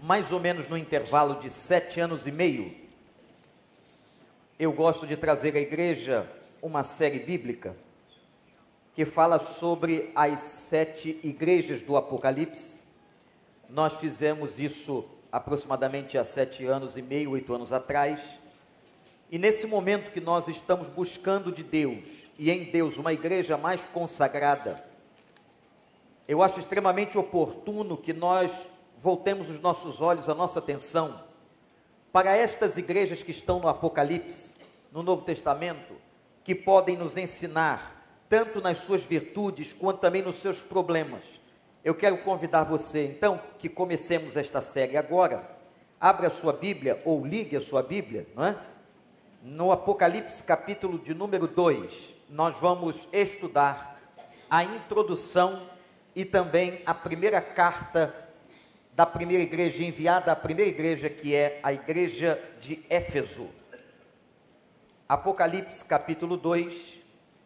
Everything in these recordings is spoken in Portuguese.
mais ou menos no intervalo de 7 anos e meio, eu gosto de trazer à igreja uma série bíblica que fala sobre as 7 igrejas do Apocalipse. Nós fizemos isso aproximadamente há 7 anos e meio, 8 anos atrás. E nesse momento que nós estamos buscando de Deus, e em Deus uma igreja mais consagrada, eu acho extremamente oportuno que nós voltemos os nossos olhos, a nossa atenção, para estas igrejas que estão no Apocalipse, no Novo Testamento, que podem nos ensinar, tanto nas suas virtudes, quanto também nos seus problemas. Eu quero convidar você, então, que comecemos esta série agora. Abra a sua Bíblia, ou ligue a sua Bíblia, não é? No Apocalipse, capítulo de número 2, nós vamos estudar a introdução e também a primeira carta da primeira igreja, enviada à primeira igreja, que é a igreja de Éfeso. Apocalipse, capítulo 2.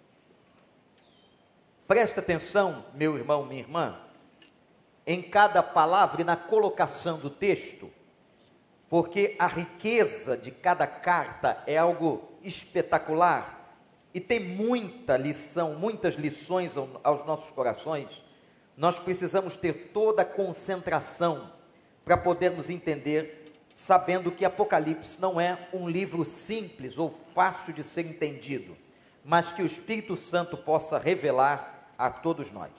Presta atenção, meu irmão, minha irmã, em cada palavra e na colocação do texto, porque a riqueza de cada carta é algo espetacular e tem muita lição, muitas lições aos nossos corações. Nós precisamos ter toda a concentração para podermos entender, sabendo que Apocalipse não é um livro simples ou fácil de ser entendido, mas que o Espírito Santo possa revelar a todos nós.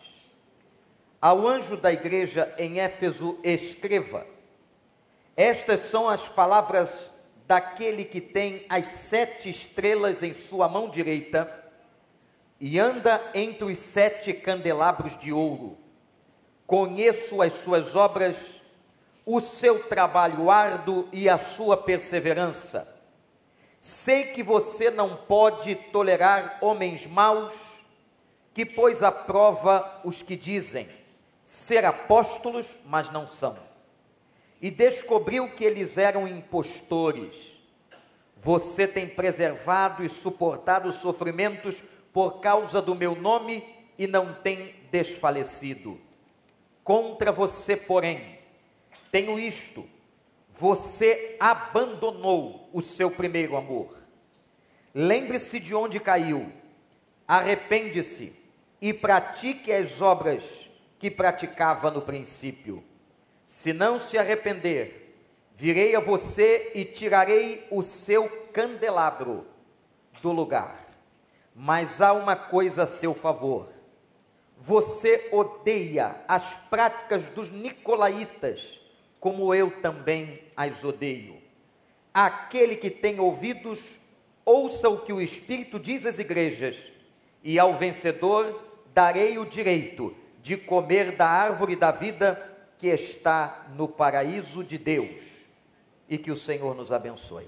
Ao anjo da igreja em Éfeso escreva: estas são as palavras daquele que tem as 7 estrelas em sua mão direita e anda entre os 7 candelabros de ouro. Conheço as suas obras, o seu trabalho árduo e a sua perseverança. Sei que você não pode tolerar homens maus, que pôs à prova os que dizem ser apóstolos, mas não são, e descobriu que eles eram impostores. Você tem preservado e suportado sofrimentos por causa do meu nome e não tem desfalecido. Contra você, porém, tenho isto: você abandonou o seu primeiro amor. Lembre-se de onde caiu, arrepende-se e pratique as obras que praticava no princípio. Se não se arrepender, virei a você e tirarei o seu candelabro do lugar. Mas há uma coisa a seu favor: você odeia as práticas dos nicolaítas, como eu também as odeio. Aquele que tem ouvidos, ouça o que o Espírito diz às igrejas, e ao vencedor darei o direito de comer da árvore da vida que está no paraíso de Deus. E que o Senhor nos abençoe.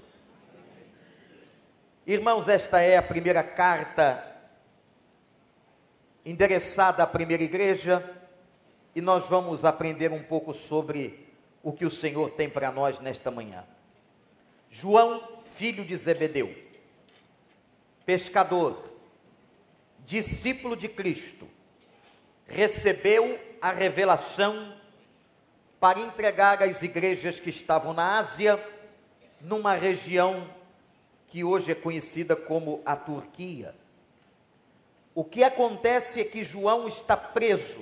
Irmãos, esta é a primeira carta endereçada à primeira igreja, e nós vamos aprender um pouco sobre o que o Senhor tem para nós nesta manhã. João, filho de Zebedeu, pescador, discípulo de Cristo, recebeu a revelação para entregar às igrejas que estavam na Ásia, numa região que hoje é conhecida como a Turquia. O que acontece é que João está preso.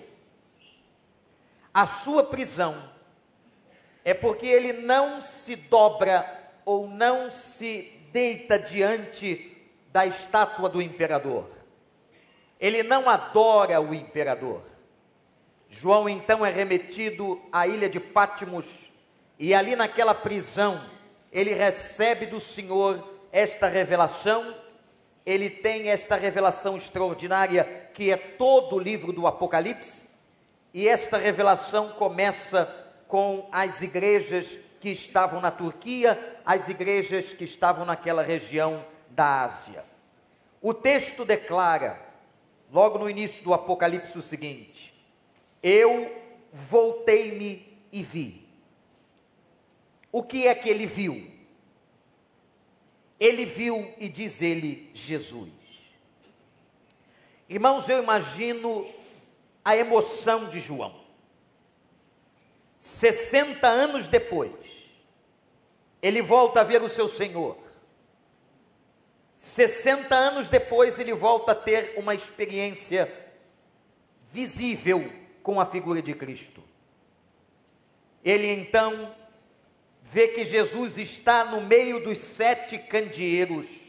A sua prisão é porque ele não se dobra ou não se deita diante da estátua do imperador. Ele não adora o imperador. João então é remetido à ilha de Patmos, e ali naquela prisão ele recebe do Senhor esta revelação. Ele tem esta revelação extraordinária que é todo o livro do Apocalipse, e esta revelação começa com as igrejas que estavam na Turquia, as igrejas que estavam naquela região da Ásia. O texto declara, logo no início do Apocalipse, o seguinte: eu voltei-me e vi. O que é que ele viu? Ele viu, e diz ele, Jesus. Irmãos, eu imagino a emoção de João. 60 anos depois, ele volta a ver o seu Senhor. 60 anos depois, ele volta a ter uma experiência visível com a figura de Cristo. Ele então vê que Jesus está no meio dos 7 candeeiros.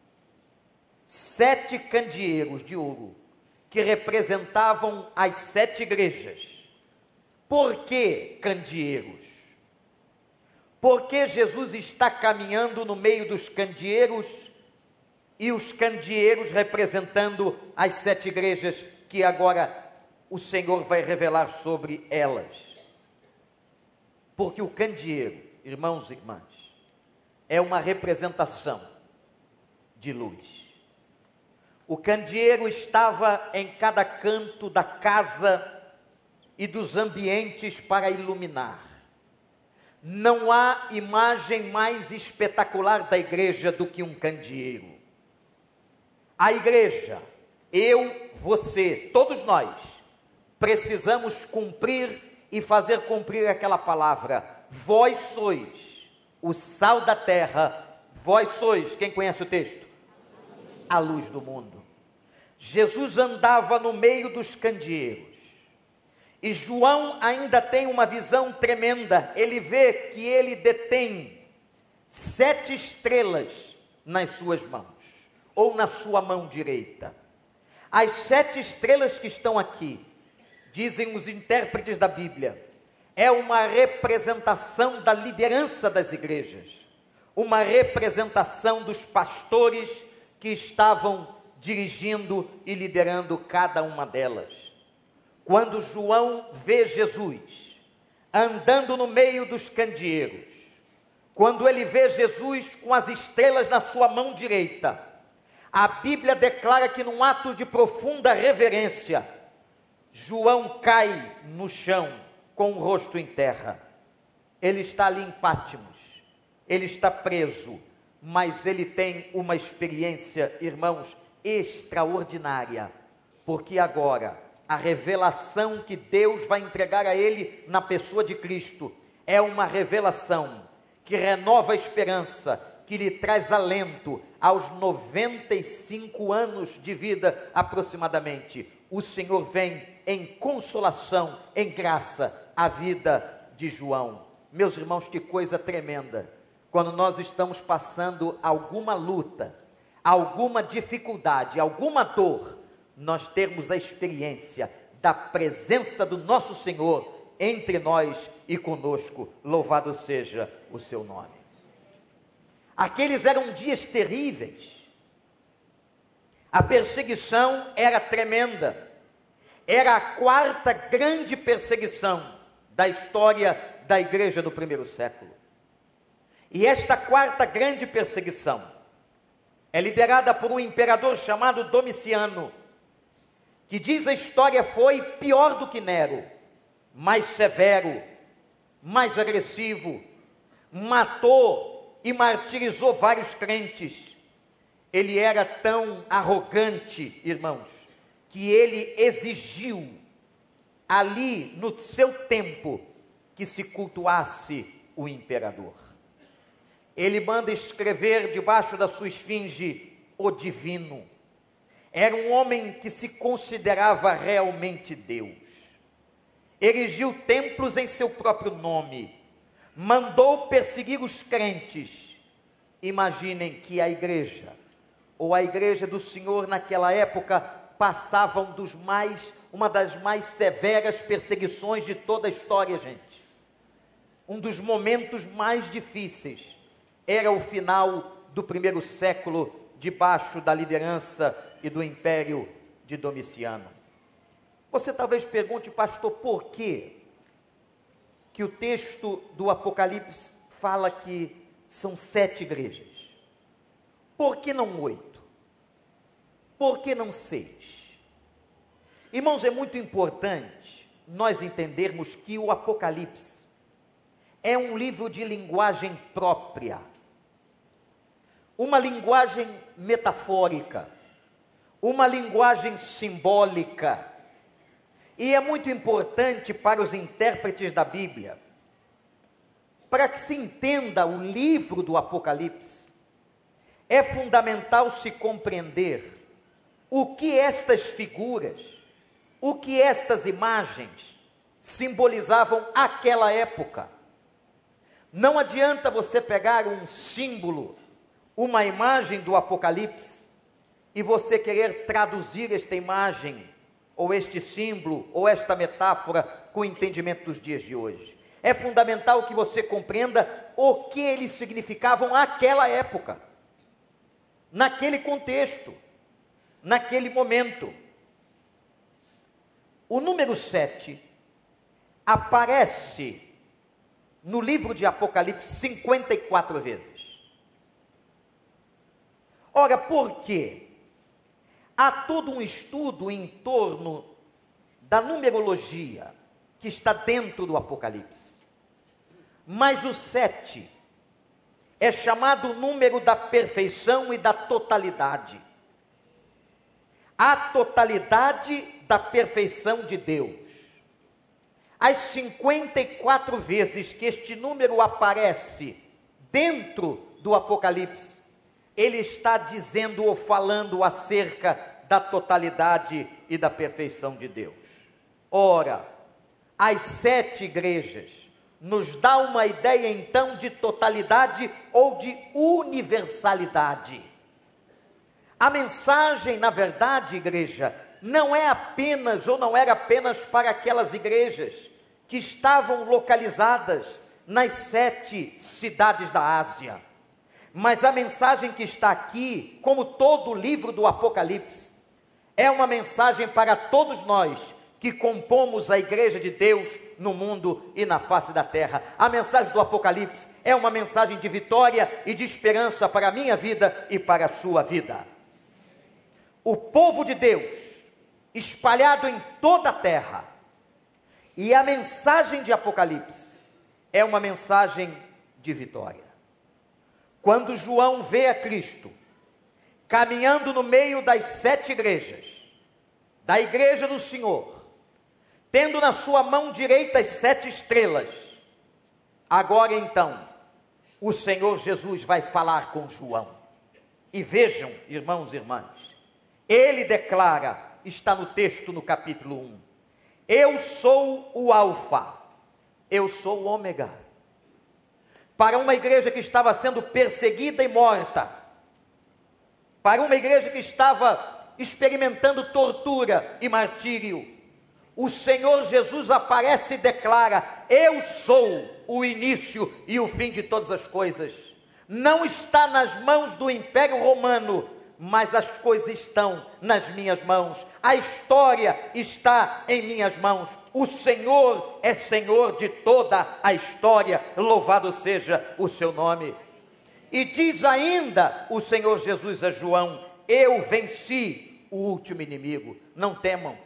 7 candeeiros de ouro, que representavam as 7 igrejas. Por que candeeiros? Porque Jesus está caminhando no meio dos candeeiros, e os candeeiros representando as 7 igrejas, que agora o Senhor vai revelar sobre elas. Porque o candeeiro, irmãos e irmãs, é uma representação de luz. O candeeiro estava em cada canto da casa e dos ambientes para iluminar. Não há imagem mais espetacular da igreja do que um candeeiro. A igreja, eu, você, todos nós, precisamos cumprir e fazer cumprir aquela palavra: vós sois o sal da terra, vós sois, quem conhece o texto? A luz do mundo. Jesus andava no meio dos candeeiros, e João ainda tem uma visão tremenda. Ele vê que ele detém 7 estrelas nas suas mãos, ou na sua mão direita. As 7 estrelas que estão aqui, dizem os intérpretes da Bíblia, é uma representação da liderança das igrejas, uma representação dos pastores que estavam dirigindo e liderando cada uma delas. Quando João vê Jesus andando no meio dos candeeiros, quando ele vê Jesus com as estrelas na sua mão direita, a Bíblia declara que num ato de profunda reverência, João cai no chão com o rosto em terra. Ele está ali em Pátimos, ele está preso, mas ele tem uma experiência, irmãos, extraordinária, porque agora a revelação que Deus vai entregar a ele na pessoa de Cristo é uma revelação que renova a esperança, que lhe traz alento aos 95 anos de vida aproximadamente. O Senhor vem em consolação, em graça, à vida de João. Meus irmãos, que coisa tremenda, quando nós estamos passando alguma luta, alguma dificuldade, alguma dor, nós termos a experiência da presença do nosso Senhor entre nós e conosco. Louvado seja o seu nome. Aqueles eram dias terríveis, a perseguição era tremenda, era a 4ª grande perseguição da história da igreja do primeiro século. E esta 4ª grande perseguição é liderada por um imperador chamado Domiciano, que diz a história foi pior do que Nero, mais severo, mais agressivo, matou e martirizou vários crentes. Ele era tão arrogante, irmãos, que ele exigiu ali no seu tempo que se cultuasse o imperador. Ele manda escrever debaixo da sua esfinge o divino. Era um homem que se considerava realmente Deus. Erigiu templos em seu próprio nome, mandou perseguir os crentes. Imaginem que a igreja, ou a igreja do Senhor naquela época, passavam uma das mais severas perseguições de toda a história, gente. Um dos momentos mais difíceis era o final do primeiro século, debaixo da liderança e do império de Domiciano. Você talvez pergunte, pastor, por quê que o texto do Apocalipse fala que são 7 igrejas? Por que não 8? Por que não 6? Irmãos, é muito importante nós entendermos que o Apocalipse é um livro de linguagem própria, uma linguagem metafórica, uma linguagem simbólica. E é muito importante para os intérpretes da Bíblia, para que se entenda o livro do Apocalipse, é fundamental se compreender o que estas figuras, o que estas imagens simbolizavam aquela época. Não adianta você pegar um símbolo, uma imagem do Apocalipse, e você querer traduzir esta imagem, ou este símbolo, ou esta metáfora, com o entendimento dos dias de hoje. É fundamental que você compreenda o que eles significavam naquela época, naquele contexto, naquele momento. O número 7 aparece no livro de Apocalipse 54 vezes. Ora, por quê? Há todo um estudo em torno da numerologia que está dentro do Apocalipse. Mas o 7 é chamado o número da perfeição e da totalidade. A totalidade da perfeição de Deus. As 54 vezes que este número aparece dentro do Apocalipse, ele está dizendo ou falando acerca da totalidade e da perfeição de Deus. Ora, as 7 igrejas nos dá uma ideia então de totalidade ou de universalidade. A mensagem, na verdade, igreja, não é apenas ou não era apenas para aquelas igrejas que estavam localizadas nas 7 cidades da Ásia. Mas a mensagem que está aqui, como todo o livro do Apocalipse, é uma mensagem para todos nós que compomos a igreja de Deus no mundo e na face da terra. A mensagem do Apocalipse é uma mensagem de vitória e de esperança para a minha vida e para a sua vida. O povo de Deus, espalhado em toda a terra, e a mensagem de Apocalipse é uma mensagem de vitória. Quando João vê a Cristo caminhando no meio das 7 igrejas, da igreja do Senhor, tendo na sua mão direita as 7 estrelas, agora então, o Senhor Jesus vai falar com João. E vejam, irmãos e irmãs, ele declara, está no texto no capítulo 1, eu sou o Alfa, eu sou o Ômega. Para uma igreja que estava sendo perseguida e morta, para uma igreja que estava experimentando tortura e martírio, o Senhor Jesus aparece e declara, eu sou o início e o fim de todas as coisas. Não está nas mãos do Império Romano, mas as coisas estão nas minhas mãos, a história está em minhas mãos, o Senhor é Senhor de toda a história, louvado seja o seu nome. E diz ainda o Senhor Jesus a João, eu venci o último inimigo, não temam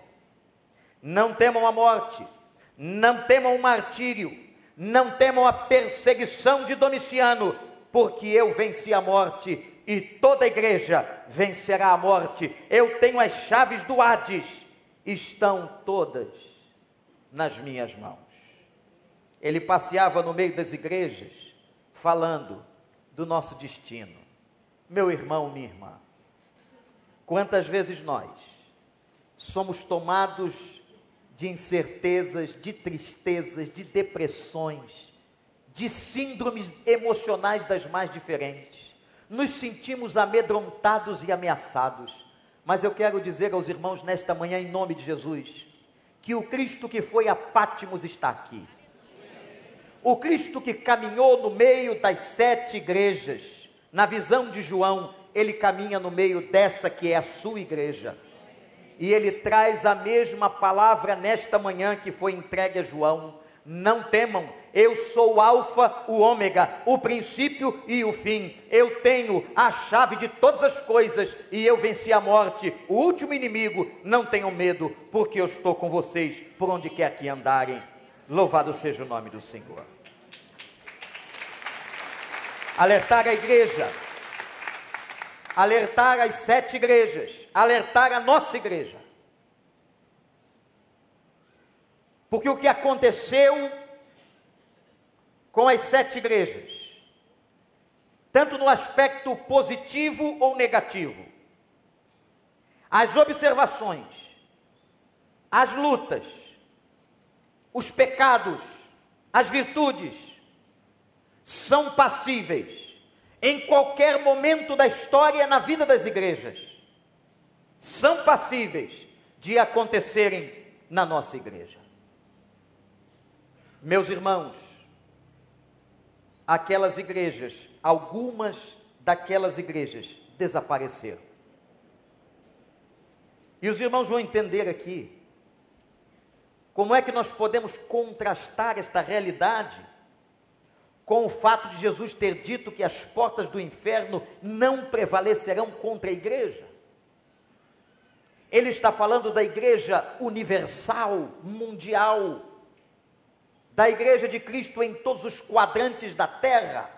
a morte, não temam o martírio, não temam a perseguição de Domiciano, porque eu venci a morte e toda a igreja vencerá a morte. Eu tenho as chaves do Hades, estão todas nas minhas mãos. Ele passeava no meio das igrejas, falando do nosso destino. Meu irmão, minha irmã, quantas vezes nós somos tomados de incertezas, de tristezas, de depressões, de síndromes emocionais das mais diferentes. Nos sentimos amedrontados e ameaçados, mas eu quero dizer aos irmãos nesta manhã, em nome de Jesus, que o Cristo que foi a Pátimos está aqui. O Cristo que caminhou no meio das 7 igrejas, na visão de João, ele caminha no meio dessa que é a sua igreja. E ele traz a mesma palavra nesta manhã que foi entregue a João. Não temam, eu sou o Alfa, o Ômega, o princípio e o fim. Eu tenho a chave de todas as coisas e eu venci a morte, o último inimigo. Não tenham medo, porque eu estou com vocês por onde quer que andarem. Louvado seja o nome do Senhor. Alertar a igreja, alertar as 7 igrejas, alertar a nossa igreja. Porque o que aconteceu com as 7 igrejas, tanto no aspecto positivo ou negativo, as observações, as lutas, os pecados, as virtudes, são passíveis em qualquer momento da história na vida das igrejas. São passíveis de acontecerem na nossa igreja. Meus irmãos, aquelas igrejas, algumas daquelas igrejas desapareceram. E os irmãos vão entender aqui como é que nós podemos contrastar esta realidade com o fato de Jesus ter dito que as portas do inferno não prevalecerão contra a igreja. Ele está falando da igreja universal, mundial, da igreja de Cristo em todos os quadrantes da terra.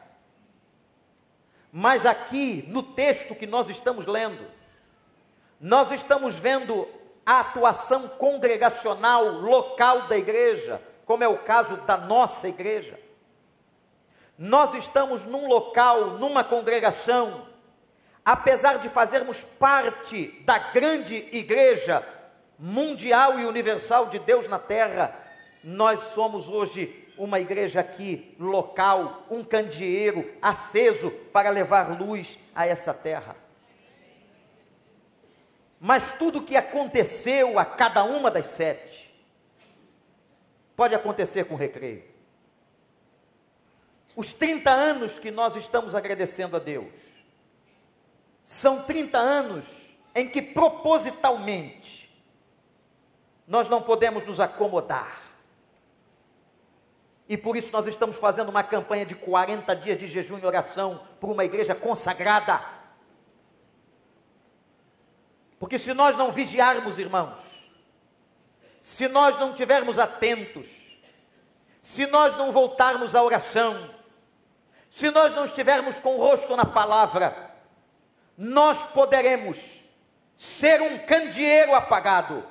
Mas aqui, no texto que nós estamos lendo, nós estamos vendo a atuação congregacional, local da igreja, como é o caso da nossa igreja. Nós estamos num local, numa congregação, apesar de fazermos parte da grande igreja mundial e universal de Deus na terra, nós somos hoje uma igreja aqui, local, um candeeiro aceso para levar luz a essa terra. Mas tudo o que aconteceu a cada uma das 7, pode acontecer com o Recreio. Os 30 anos que nós estamos agradecendo a Deus, são 30 anos em que propositalmente, nós não podemos nos acomodar. E por isso nós estamos fazendo uma campanha de 40 dias de jejum e oração, por uma igreja consagrada. Porque se nós não vigiarmos, irmãos, se nós não estivermos atentos, se nós não voltarmos à oração, se nós não estivermos com o rosto na palavra, nós poderemos ser um candeeiro apagado.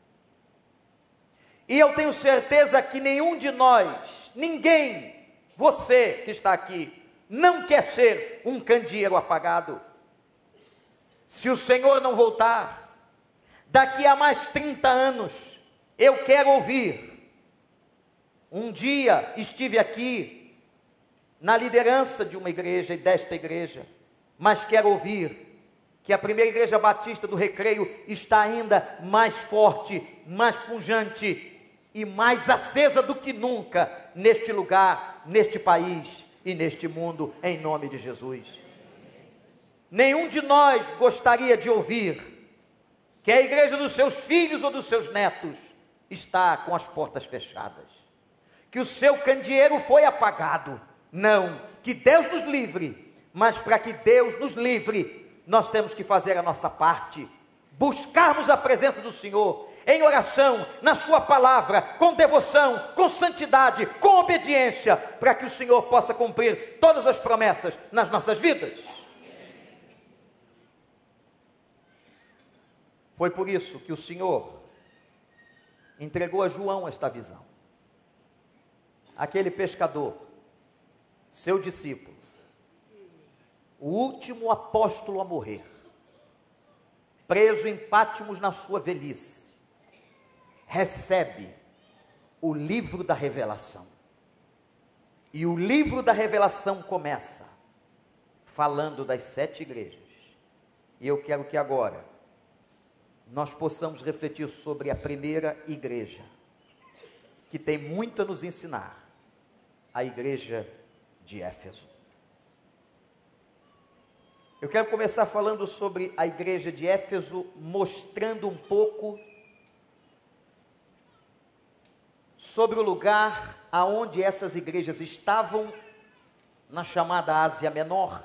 E eu tenho certeza que nenhum de nós, ninguém, você que está aqui, não quer ser um candeeiro apagado. Se o Senhor não voltar, daqui a mais 30 anos, eu quero ouvir. Um dia estive aqui, na liderança de uma igreja e desta igreja, mas quero ouvir que a primeira igreja batista do Recreio está ainda mais forte, mais pujante e mais acesa do que nunca neste lugar, neste país e neste mundo, em nome de Jesus. Nenhum de nós gostaria de ouvir que a igreja dos seus filhos ou dos seus netos está com as portas fechadas, que o seu candeeiro foi apagado. Não, que Deus nos livre, mas para que Deus nos livre, nós temos que fazer a nossa parte, buscarmos a presença do Senhor, em oração, na sua palavra, com devoção, com santidade, com obediência, para que o Senhor possa cumprir todas as promessas nas nossas vidas. Foi por isso que o Senhor entregou a João esta visão. Aquele pescador, seu discípulo, o último apóstolo a morrer, preso em Pátimos na sua velhice, recebe o livro da revelação. E o livro da revelação começa falando das 7 igrejas. E eu quero que agora nós possamos refletir sobre a primeira igreja, que tem muito a nos ensinar, a igreja de Éfeso. Eu quero começar falando sobre a igreja de Éfeso, mostrando um pouco sobre o lugar aonde essas igrejas estavam na chamada Ásia Menor.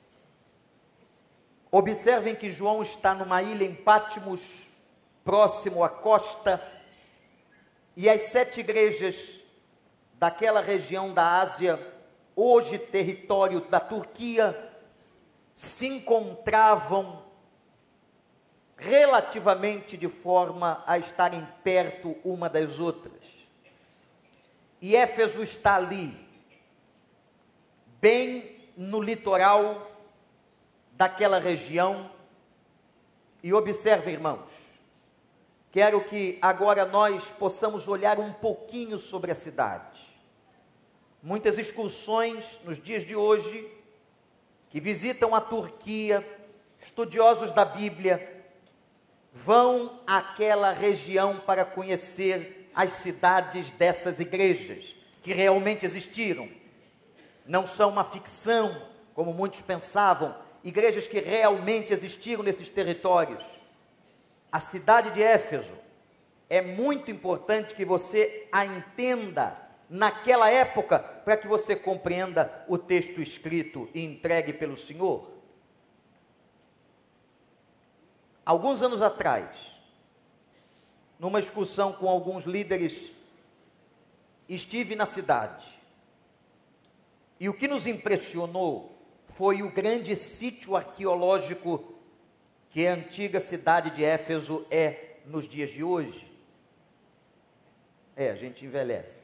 Observem que João está numa ilha em Pátimos, próximo à costa, e as 7 igrejas daquela região da Ásia, hoje território da Turquia, se encontravam relativamente de forma a estarem perto uma das outras. E Éfeso está ali, bem no litoral daquela região. E observe, irmãos, quero que agora nós possamos olhar um pouquinho sobre a cidade. Muitas excursões nos dias de hoje, que visitam a Turquia, estudiosos da Bíblia, vão àquela região para conhecer as cidades dessas igrejas, que realmente existiram. Não são uma ficção, como muitos pensavam, igrejas que realmente existiram nesses territórios. A cidade de Éfeso, é muito importante que você a entenda naquela época, para que você compreenda o texto escrito e entregue pelo Senhor. Alguns anos atrás, numa excursão com alguns líderes, estive na cidade. E o que nos impressionou foi o grande sítio arqueológico que a antiga cidade de Éfeso é nos dias de hoje. A gente envelhece.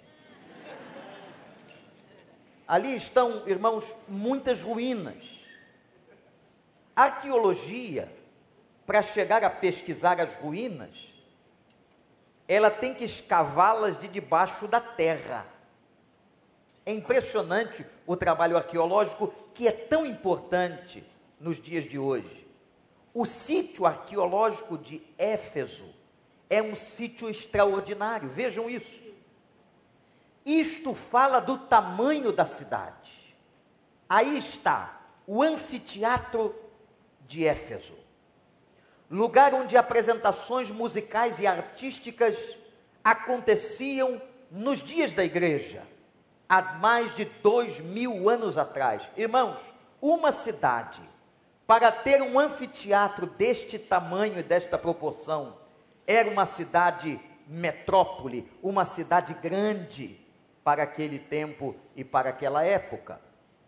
Ali estão, irmãos, muitas ruínas. A arqueologia, para chegar a pesquisar as ruínas, ela tem que escavá-las de debaixo da terra. É impressionante o trabalho arqueológico, que é tão importante nos dias de hoje. O sítio arqueológico de Éfeso é um sítio extraordinário, vejam isso. Isto fala do tamanho da cidade. Aí está o anfiteatro de Éfeso, lugar onde apresentações musicais e artísticas aconteciam nos dias da igreja, há mais de 2000 anos atrás. Irmãos, uma cidade, para ter um anfiteatro deste tamanho e desta proporção, era uma cidade metrópole, uma cidade grande para aquele tempo e para aquela época.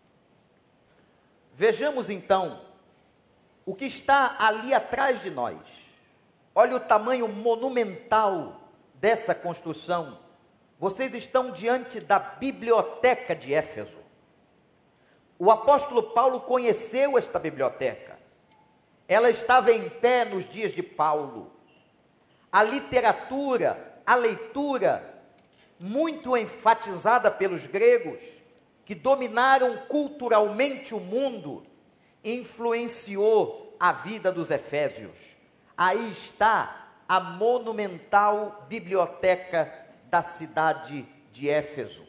Vejamos então o que está ali atrás de nós. Olha o tamanho monumental dessa construção. Vocês estão diante da biblioteca de Éfeso. O apóstolo Paulo conheceu esta biblioteca. Ela estava em pé nos dias de Paulo. A literatura, a leitura, muito enfatizada pelos gregos, que dominaram culturalmente o mundo, influenciou a vida dos efésios. Aí está a monumental biblioteca da cidade de Éfeso.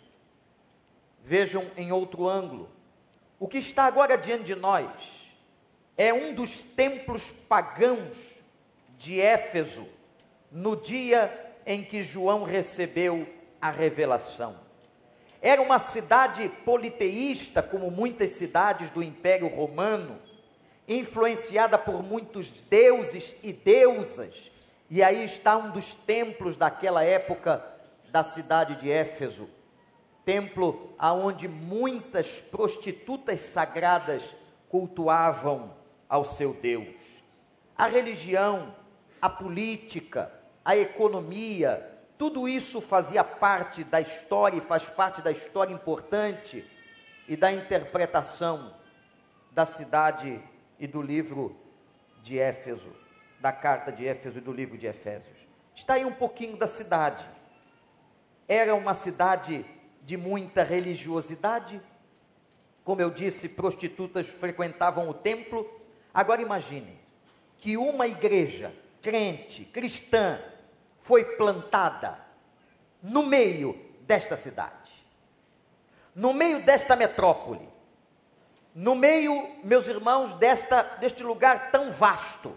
Vejam em outro ângulo. O que está agora diante de nós é um dos templos pagãos de Éfeso, no dia em que João recebeu a revelação. Era uma cidade politeísta, como muitas cidades do Império Romano, influenciada por muitos deuses e deusas. E aí está um dos templos daquela época da cidade de Éfeso, templo aonde muitas prostitutas sagradas cultuavam ao seu Deus. A religião, a política, a economia, tudo isso fazia parte da história e faz parte da história importante e da interpretação da cidade e do livro de Éfeso, da carta de Éfeso e do livro de Efésios. Está aí um pouquinho da cidade. Era uma cidade de muita religiosidade. Como eu disse, prostitutas frequentavam o templo. Agora imagine que uma igreja crente, cristã, foi plantada no meio desta cidade, no meio desta metrópole, no meio, meus irmãos, deste lugar tão vasto,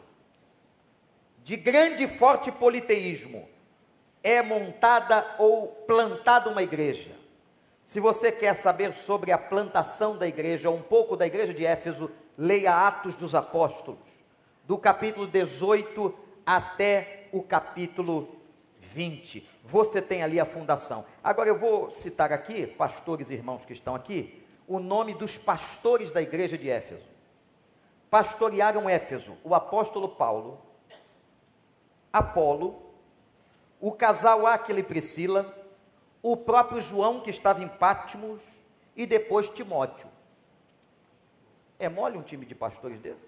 de grande e forte politeísmo, é montada ou plantada uma igreja. Se você quer saber sobre a plantação da igreja, um pouco da igreja de Éfeso, leia Atos dos Apóstolos, do capítulo 18 até o capítulo 20, você tem ali a fundação. Agora eu vou citar aqui, pastores e irmãos que estão aqui, o nome dos pastores da igreja de Éfeso. Pastorearam Éfeso o apóstolo Paulo, Apolo, o casal Áquila e Priscila, o próprio João, que estava em Patmos, e depois Timóteo. É mole um time de pastores desse?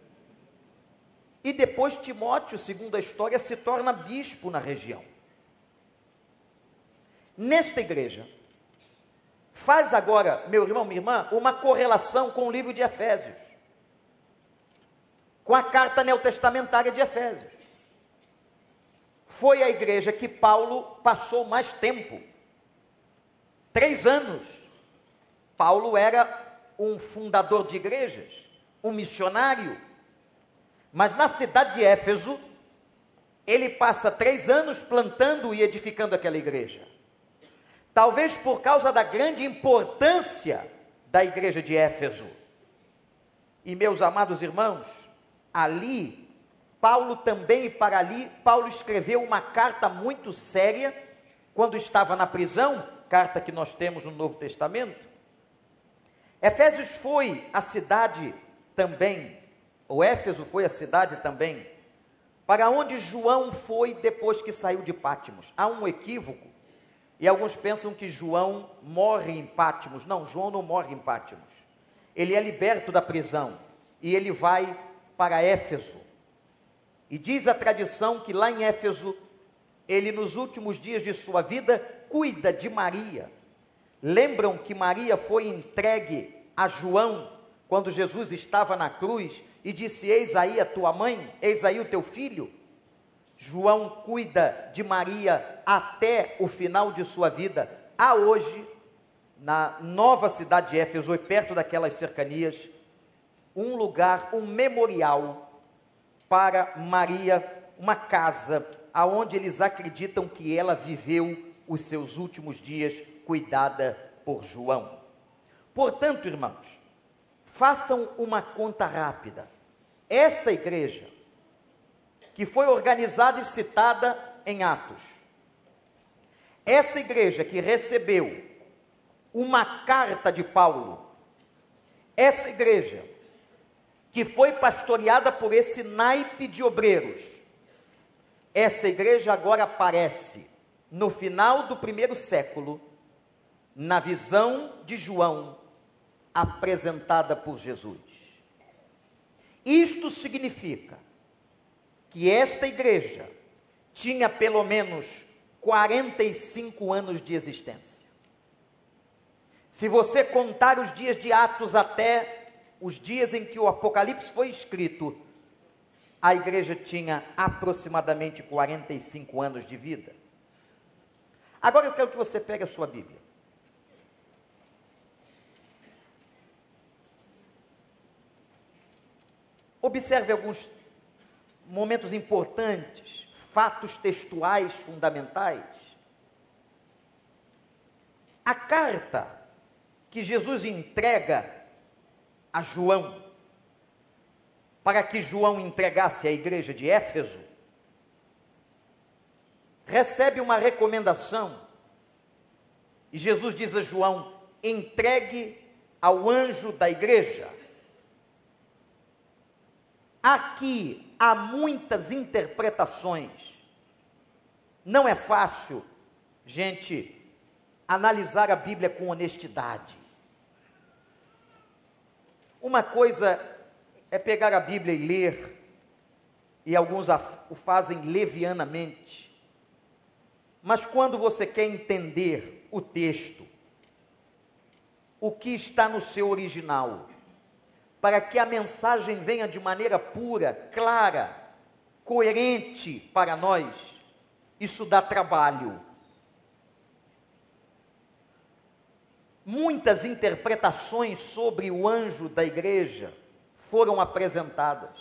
E depois Timóteo, segundo a história, se torna bispo na região. Nesta igreja, faz agora, meu irmão, minha irmã, uma correlação com o livro de Efésios, com a carta neotestamentária de Efésios. Foi a igreja que Paulo passou mais tempo, 3 anos. Paulo era um fundador de igrejas, um missionário, mas na cidade de Éfeso, ele passa 3 anos plantando e edificando aquela igreja. Talvez por causa da grande importância da igreja de Éfeso. E meus amados irmãos, ali, Paulo também, e para ali, Paulo escreveu uma carta muito séria, quando estava na prisão, carta que nós temos no Novo Testamento. Efésios foi a cidade também, ou Éfeso foi a cidade também, para onde João foi depois que saiu de Patmos. Há um equívoco, e alguns pensam que João morre em Patmos. Não, João não morre em Patmos. Ele é liberto da prisão, e ele vai para Éfeso. E diz a tradição que lá em Éfeso, ele nos últimos dias de sua vida, cuida de Maria. Lembram que Maria foi entregue a João, quando Jesus estava na cruz, e disse: eis aí a tua mãe, eis aí o teu filho. João cuida de Maria até o final de sua vida. Há hoje, na nova cidade de Éfeso, e perto daquelas cercanias, um lugar, um memorial para Maria, uma casa, aonde eles acreditam que ela viveu os seus últimos dias, cuidada por João. Portanto, irmãos, façam uma conta rápida. Essa igreja, que foi organizada e citada em Atos, essa igreja que recebeu uma carta de Paulo, essa igreja que foi pastoreada por esse naipe de obreiros, essa igreja agora aparece no final do 1º século, na visão de João, apresentada por Jesus. Isto significa que esta igreja tinha pelo menos 45 anos de existência. Se você contar os dias de Atos até os dias em que o Apocalipse foi escrito, a igreja tinha aproximadamente 45 anos de vida. Agora eu quero que você pegue a sua Bíblia. Observe alguns momentos importantes, fatos textuais fundamentais. A carta que Jesus entrega a João, para que João entregasse à igreja de Éfeso, recebe uma recomendação, e Jesus diz a João: entregue ao anjo da igreja. Aqui há muitas interpretações. Não é fácil, gente, analisar a Bíblia com honestidade. Uma coisa é pegar a Bíblia e ler, e alguns o fazem levianamente. Mas quando você quer entender o texto, o que está no seu original, para que a mensagem venha de maneira pura, clara, coerente para nós, isso dá trabalho. Muitas interpretações sobre o anjo da igreja foram apresentadas,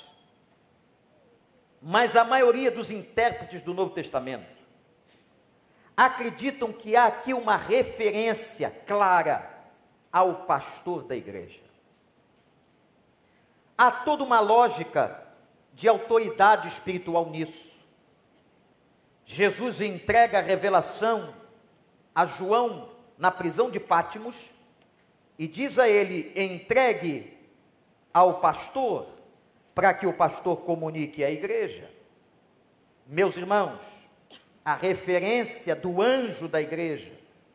mas a maioria dos intérpretes do Novo Testamento acreditam que há aqui uma referência clara ao pastor da igreja. Há toda uma lógica de autoridade espiritual nisso. Jesus entrega a revelação a João na prisão de Patmos e diz a ele: entregue ao pastor, para que o pastor comunique à igreja. Meus irmãos, a referência do anjo da igreja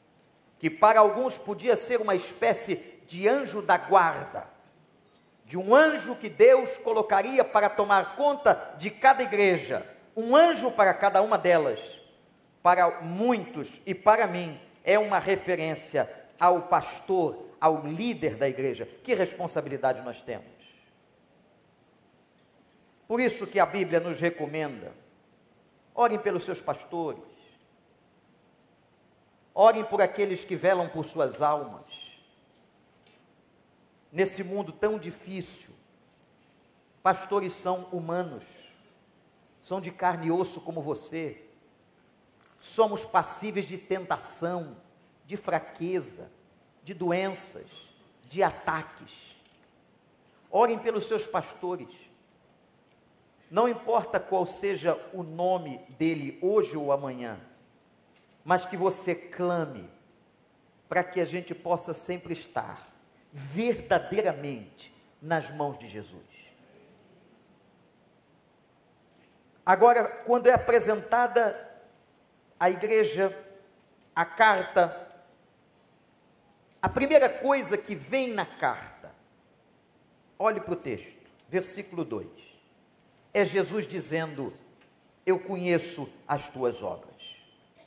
que para alguns podia ser uma espécie de anjo da guarda, de um anjo que Deus colocaria para tomar conta de cada igreja, um anjo para cada uma delas. Para muitos e para mim é uma referência ao pastor, ao líder da igreja. Que responsabilidade nós temos. Por isso que a Bíblia nos recomenda: orem pelos seus pastores, orem por aqueles que velam por suas almas. Nesse mundo tão difícil, pastores são humanos, são de carne e osso como você. Somos passíveis de tentação, de fraqueza, de doenças, de ataques. Orem pelos seus pastores. Não importa qual seja o nome dele hoje ou amanhã, mas que você clame para que a gente possa sempre estar verdadeiramente nas mãos de Jesus. Agora, quando é apresentada à igreja a carta, a primeira coisa que vem na carta, olhe para o texto, versículo 2, é Jesus dizendo: eu conheço as tuas obras.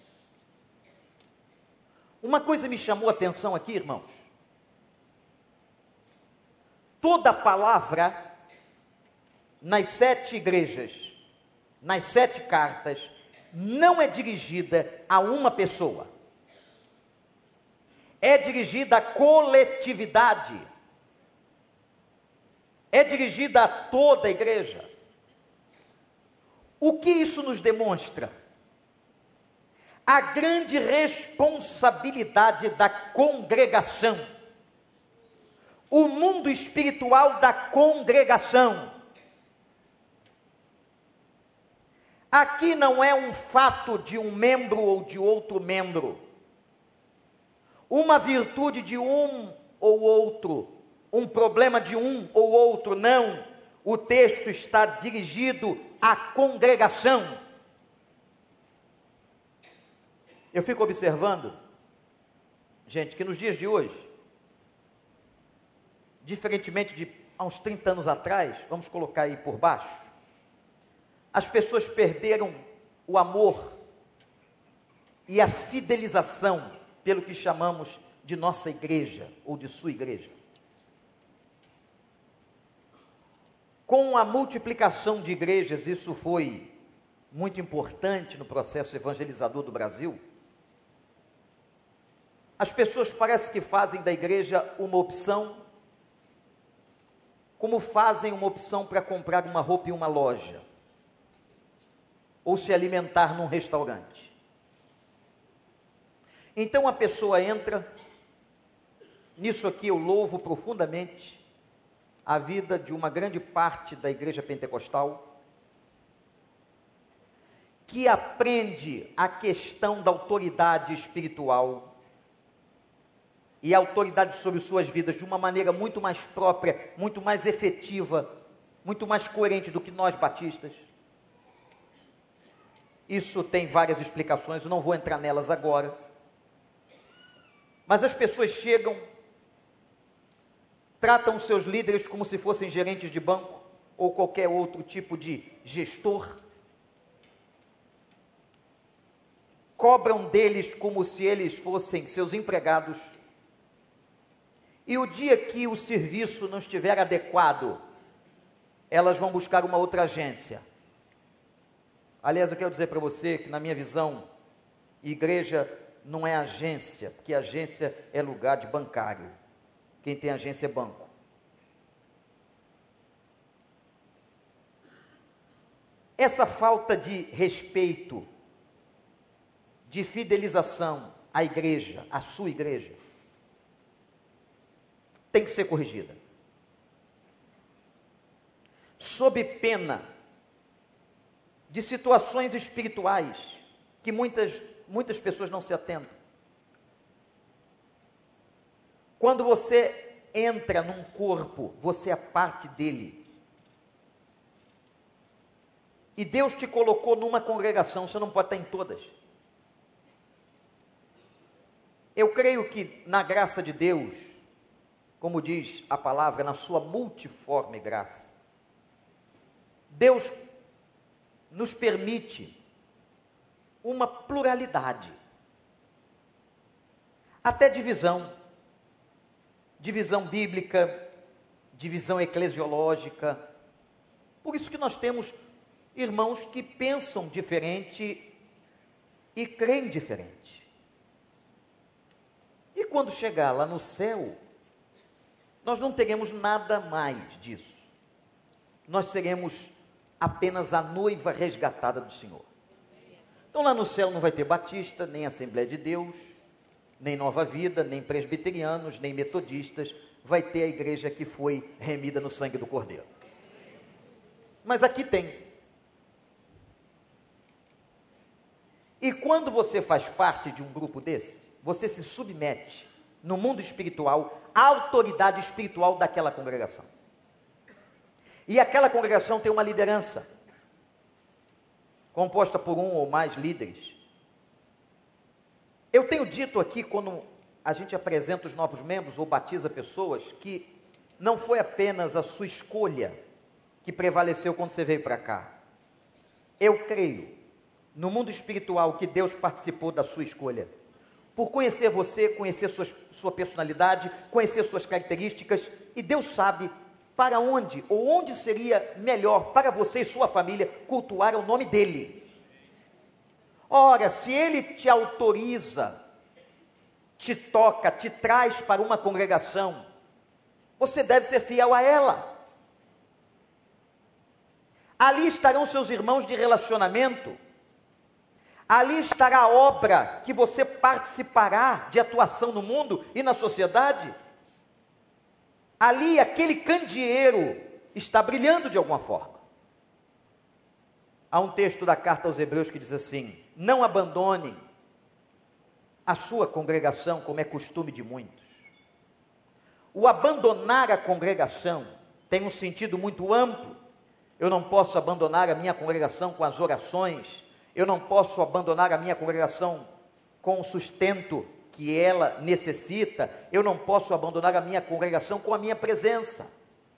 Uma coisa me chamou a atenção aqui, irmãos. Toda palavra nas 7 igrejas, nas 7 cartas, não é dirigida a uma pessoa. É dirigida à coletividade. É dirigida a toda a igreja. O que isso nos demonstra? A grande responsabilidade da congregação. O mundo espiritual da congregação. Aqui não é um fato de um membro ou de outro membro, uma virtude de um ou outro, um problema de um ou outro, não. O texto está dirigido à congregação. Eu fico observando, gente, que nos dias de hoje, diferentemente de há uns 30 anos atrás, vamos colocar aí por baixo, as pessoas perderam o amor e a fidelização pelo que chamamos de nossa igreja ou de sua igreja. Com a multiplicação de igrejas, isso foi muito importante no processo evangelizador do Brasil. As pessoas parece que fazem da igreja uma opção, como fazem uma opção para comprar uma roupa em uma loja, ou se alimentar num restaurante. Então a pessoa entra, nisso aqui eu louvo profundamente a vida de uma grande parte da igreja pentecostal, que aprende a questão da autoridade espiritual, e a autoridade sobre suas vidas de uma maneira muito mais própria, muito mais efetiva, muito mais coerente do que nós batistas. Isso tem várias explicações, eu não vou entrar nelas agora. Mas as pessoas chegam, tratam os seus líderes como se fossem gerentes de banco, ou qualquer outro tipo de gestor, cobram deles como se eles fossem seus empregados, e o dia que o serviço não estiver adequado, elas vão buscar uma outra agência. Aliás, eu quero dizer para você que, na minha visão, igreja não é agência, porque agência é lugar de bancário. Quem tem agência é banco. Essa falta de respeito, de fidelização à igreja, à sua igreja, tem que ser corrigida. Sob pena de situações espirituais que muitas pessoas não se atentam. Quando você entra num corpo, você é parte dele. E Deus te colocou numa congregação, você não pode estar em todas. Eu creio que na graça de Deus, como diz a palavra, na sua multiforme graça, Deus nos permite uma pluralidade, até divisão bíblica, divisão eclesiológica. Por isso que nós temos irmãos que pensam diferente e creem diferente. E quando chegar lá no céu, nós não teremos nada mais disso. Nós seremos apenas a noiva resgatada do Senhor. Então lá no céu não vai ter batista, nem Assembleia de Deus, nem Nova Vida, nem presbiterianos, nem metodistas. Vai ter a igreja que foi remida no sangue do Cordeiro. Mas aqui tem. E quando você faz parte de um grupo desse, você se submete no mundo espiritual à autoridade espiritual daquela congregação. E aquela congregação tem uma liderança, composta por um ou mais líderes. Eu tenho dito aqui, quando a gente apresenta os novos membros ou batiza pessoas, que não foi apenas a sua escolha que prevaleceu quando você veio para cá. Eu creio, no mundo espiritual, que Deus participou da sua escolha. Por conhecer você, conhecer sua personalidade, conhecer suas características, e Deus sabe para onde, ou onde seria melhor para você e sua família cultuar o nome dEle. Ora, se Ele te autoriza, te toca, te traz para uma congregação, você deve ser fiel a ela. Ali estarão seus irmãos de relacionamento, ali estará a obra que você participará de atuação no mundo e na sociedade. Ali aquele candeeiro está brilhando de alguma forma. Há um texto da carta aos Hebreus que diz assim: não abandone a sua congregação, como é costume de muitos. O abandonar a congregação tem um sentido muito amplo. Eu não posso abandonar a minha congregação com as orações, eu não posso abandonar a minha congregação com o sustento que ela necessita, eu não posso abandonar a minha congregação com a minha presença.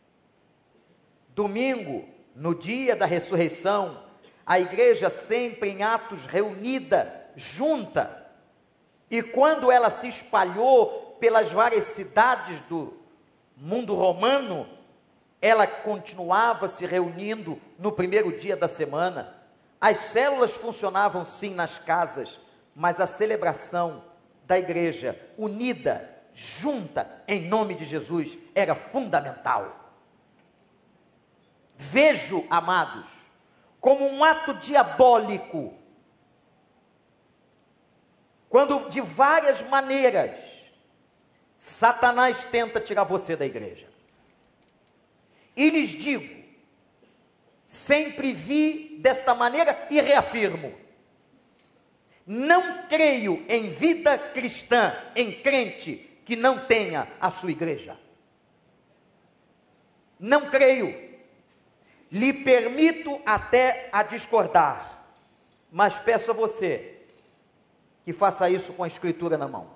Domingo, no dia da ressurreição, a igreja sempre em atos reunida, junta, e quando ela se espalhou pelas várias cidades do mundo romano, ela continuava se reunindo no primeiro dia da semana. As células funcionavam sim nas casas, mas a celebração da igreja unida, junta, em nome de Jesus, era fundamental. Vejo, amados, como um ato diabólico, quando de várias maneiras Satanás tenta tirar você da igreja. E lhes digo, sempre vi desta maneira e reafirmo: não creio em vida cristã, em crente que não tenha a sua igreja. Não creio. Lhe permito até a discordar, mas peço a você que faça isso com a escritura na mão.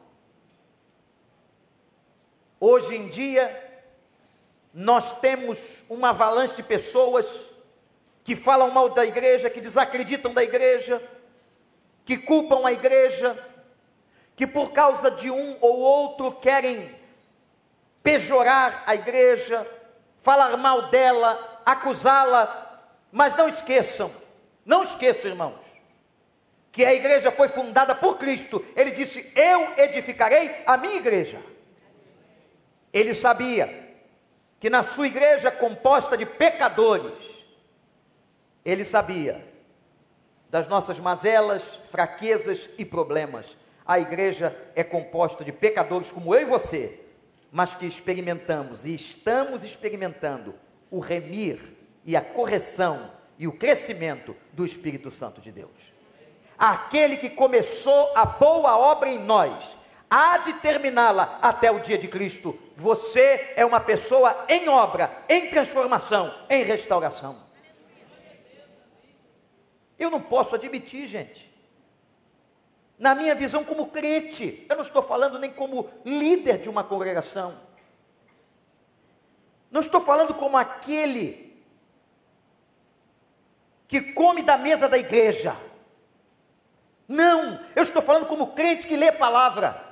Hoje em dia, nós temos uma avalanche de pessoas que falam mal da igreja, que desacreditam da igreja, que culpam a igreja, que por causa de um ou outro querem pejorar a igreja, falar mal dela, acusá-la. Mas não esqueçam, irmãos, que a igreja foi fundada por Cristo. Ele disse: eu edificarei a minha igreja. Ele sabia que na sua igreja composta de pecadores, ele sabia das nossas mazelas, fraquezas e problemas. A igreja é composta de pecadores como eu e você, mas que experimentamos e estamos experimentando o remir e a correção e o crescimento do Espírito Santo de Deus. Aquele que começou a boa obra em nós, há de terminá-la até o dia de Cristo. Você é uma pessoa em obra, em transformação, em restauração. Eu não posso admitir, gente, Na minha visão como crente, eu não estou falando nem como líder de uma congregação. Não estou falando como aquele que come da mesa da igreja. Não, eu estou falando como crente que lê a palavra.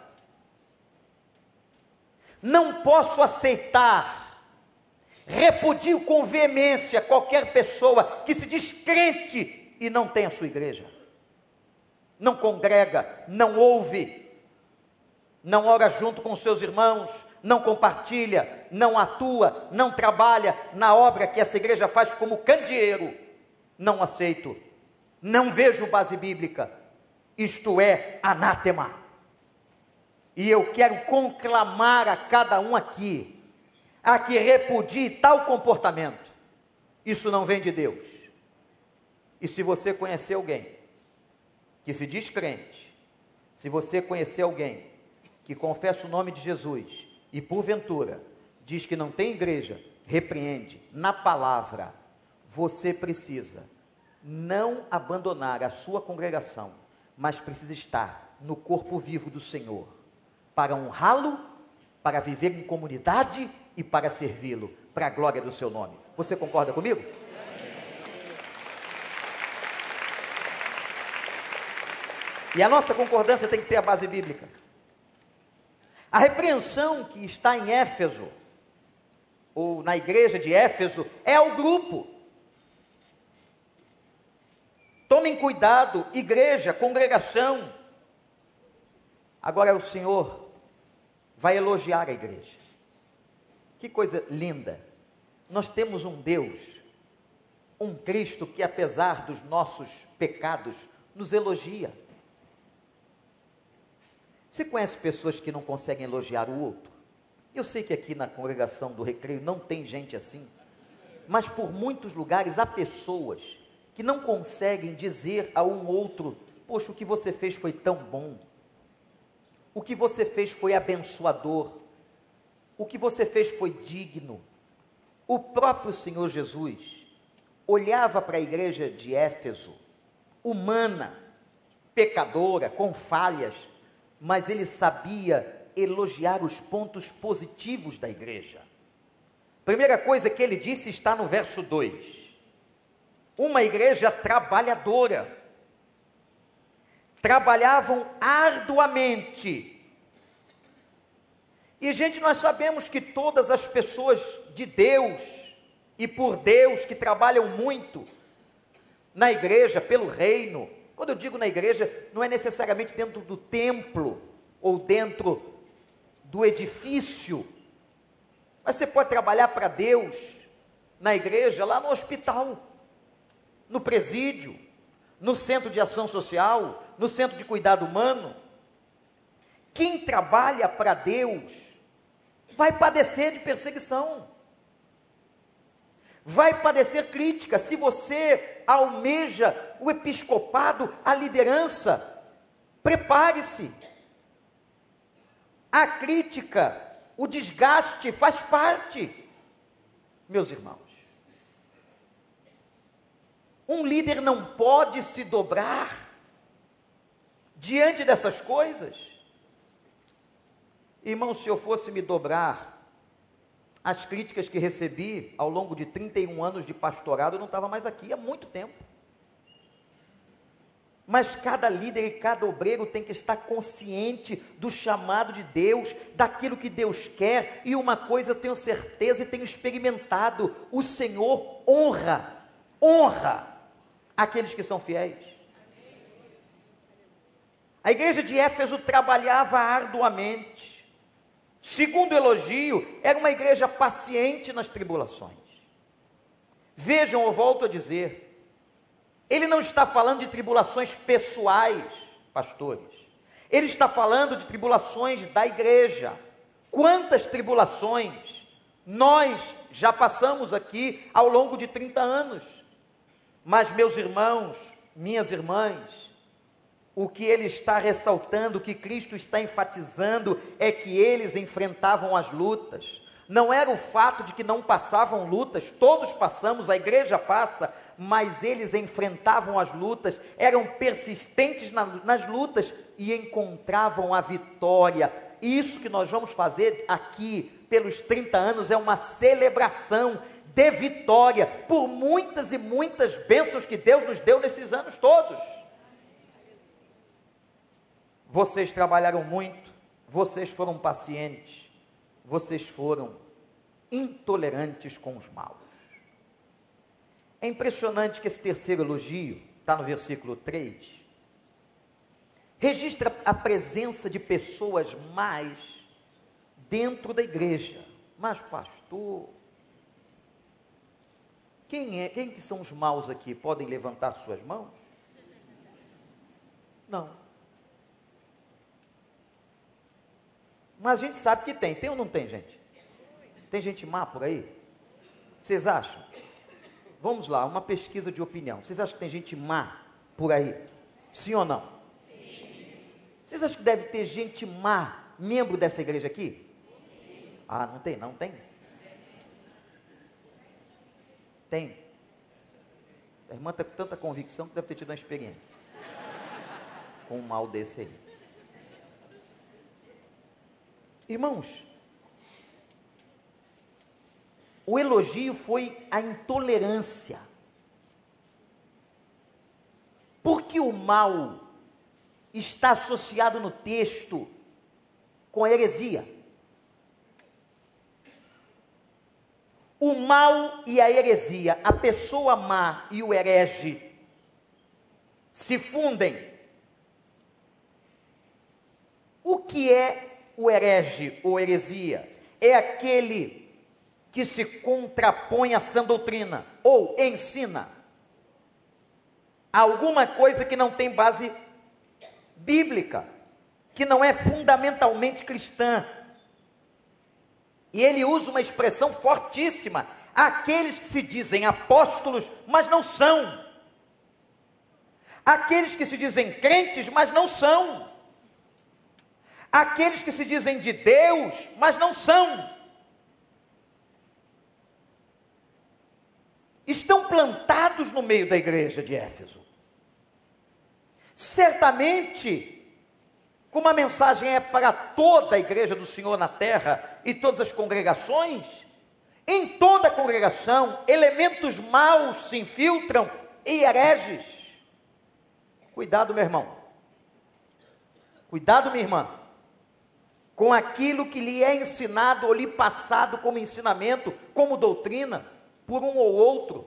Não posso aceitar, repudio com veemência qualquer pessoa que se diz crente e não tem a sua igreja. Não congrega, não ouve, não ora junto com os seus irmãos, não compartilha, não atua, não trabalha na obra que essa igreja faz como candeeiro. Não aceito, não vejo base bíblica, isto é anátema. E eu quero conclamar a cada um aqui, a que repudie tal comportamento. Isso não vem de Deus. E se você conhecer alguém que se diz crente, se você conhecer alguém que confessa o nome de Jesus e porventura diz que não tem igreja, repreende na palavra, você precisa não abandonar a sua congregação, mas precisa estar no corpo vivo do Senhor, para honrá-lo, para viver em comunidade e para servi-lo, para a glória do seu nome. Você concorda comigo? E a nossa concordância tem que ter a base bíblica. A repreensão que está em Éfeso, ou na igreja de Éfeso, é ao grupo. Tomem cuidado, igreja, congregação. Agora o Senhor vai elogiar a igreja. Que coisa linda. Nós temos um Deus, um Cristo que apesar dos nossos pecados, nos elogia. Você conhece pessoas que não conseguem elogiar o outro? Eu sei que aqui na congregação do Recreio não tem gente assim, mas por muitos lugares há pessoas que não conseguem dizer a um outro: poxa, o que você fez foi tão bom, o que você fez foi abençoador, o que você fez foi digno. O próprio Senhor Jesus olhava para a igreja de Éfeso, humana, pecadora, com falhas, mas ele sabia elogiar os pontos positivos da igreja. Primeira coisa que ele disse está no verso 2. Uma igreja trabalhadora. Trabalhavam arduamente. E, gente, nós sabemos que todas as pessoas de Deus e por Deus que trabalham muito na igreja, pelo reino. Quando eu digo na igreja, não é necessariamente dentro do templo ou dentro do edifício, mas você pode trabalhar para Deus na igreja, lá no hospital, no presídio, no centro de ação social, no centro de cuidado humano. Quem trabalha para Deus vai padecer de perseguição, vai padecer crítica. Se você almeja o episcopado, a liderança, prepare-se. A crítica, o desgaste faz parte, meus irmãos. Um líder não pode se dobrar diante dessas coisas. Irmão, se eu fosse me dobrar as críticas que recebi ao longo de 31 anos de pastorado, eu não estava mais aqui há muito tempo. Mas cada líder e cada obreiro tem que estar consciente do chamado de Deus, daquilo que Deus quer. E uma coisa eu tenho certeza e tenho experimentado: o Senhor honra aqueles que são fiéis. A igreja de Éfeso trabalhava arduamente. Segundo elogio, era uma igreja paciente nas tribulações. Vejam, eu volto a dizer, ele não está falando de tribulações pessoais, pastores. Ele está falando de tribulações da igreja. Quantas tribulações nós já passamos aqui ao longo de 30 anos. Mas, meus irmãos, minhas irmãs, o que ele está ressaltando, o que Cristo está enfatizando, é que eles enfrentavam as lutas. Não era o fato de que não passavam lutas, todos passamos, a igreja passa, mas eles enfrentavam as lutas, eram persistentes nas lutas e encontravam a vitória. Isso que nós vamos fazer aqui pelos 30 anos é uma celebração de vitória por muitas e muitas bênçãos que Deus nos deu nesses anos todos. Vocês trabalharam muito, vocês foram pacientes, vocês foram intolerantes com os maus. É impressionante que esse terceiro elogio, está no versículo 3, registra a presença de pessoas más dentro da igreja. Mas pastor, quem que são os maus aqui? Podem levantar suas mãos? Não. Mas a gente sabe que tem ou não tem, gente? Tem gente má por aí? Vocês acham? Vamos lá, uma pesquisa de opinião. Vocês acham que tem gente má por aí? Sim ou não? Sim. Vocês acham que deve ter gente má, membro dessa igreja aqui? Sim. Ah, não tem, não tem? Tem. A irmã está com tanta convicção que deve ter tido uma experiência com um mal desse aí. Irmãos, o elogio foi a intolerância. Porque o mal está associado no texto com a heresia. O mal e a heresia, a pessoa má e o herege se fundem. O que é o herege ou heresia? É aquele que se contrapõe à sã doutrina, ou ensina alguma coisa que não tem base bíblica, que não é fundamentalmente cristã. E ele usa uma expressão fortíssima: aqueles que se dizem apóstolos, mas não são, aqueles que se dizem crentes, mas não são, aqueles que se dizem de Deus, mas não são, estão plantados no meio da igreja de Éfeso. Certamente, como a mensagem é para toda a igreja do Senhor na terra e todas as congregações, em toda a congregação, elementos maus se infiltram e hereges. Cuidado, meu irmão. Cuidado, minha irmã, com aquilo que lhe é ensinado ou lhe passado como ensinamento, como doutrina, por um ou outro.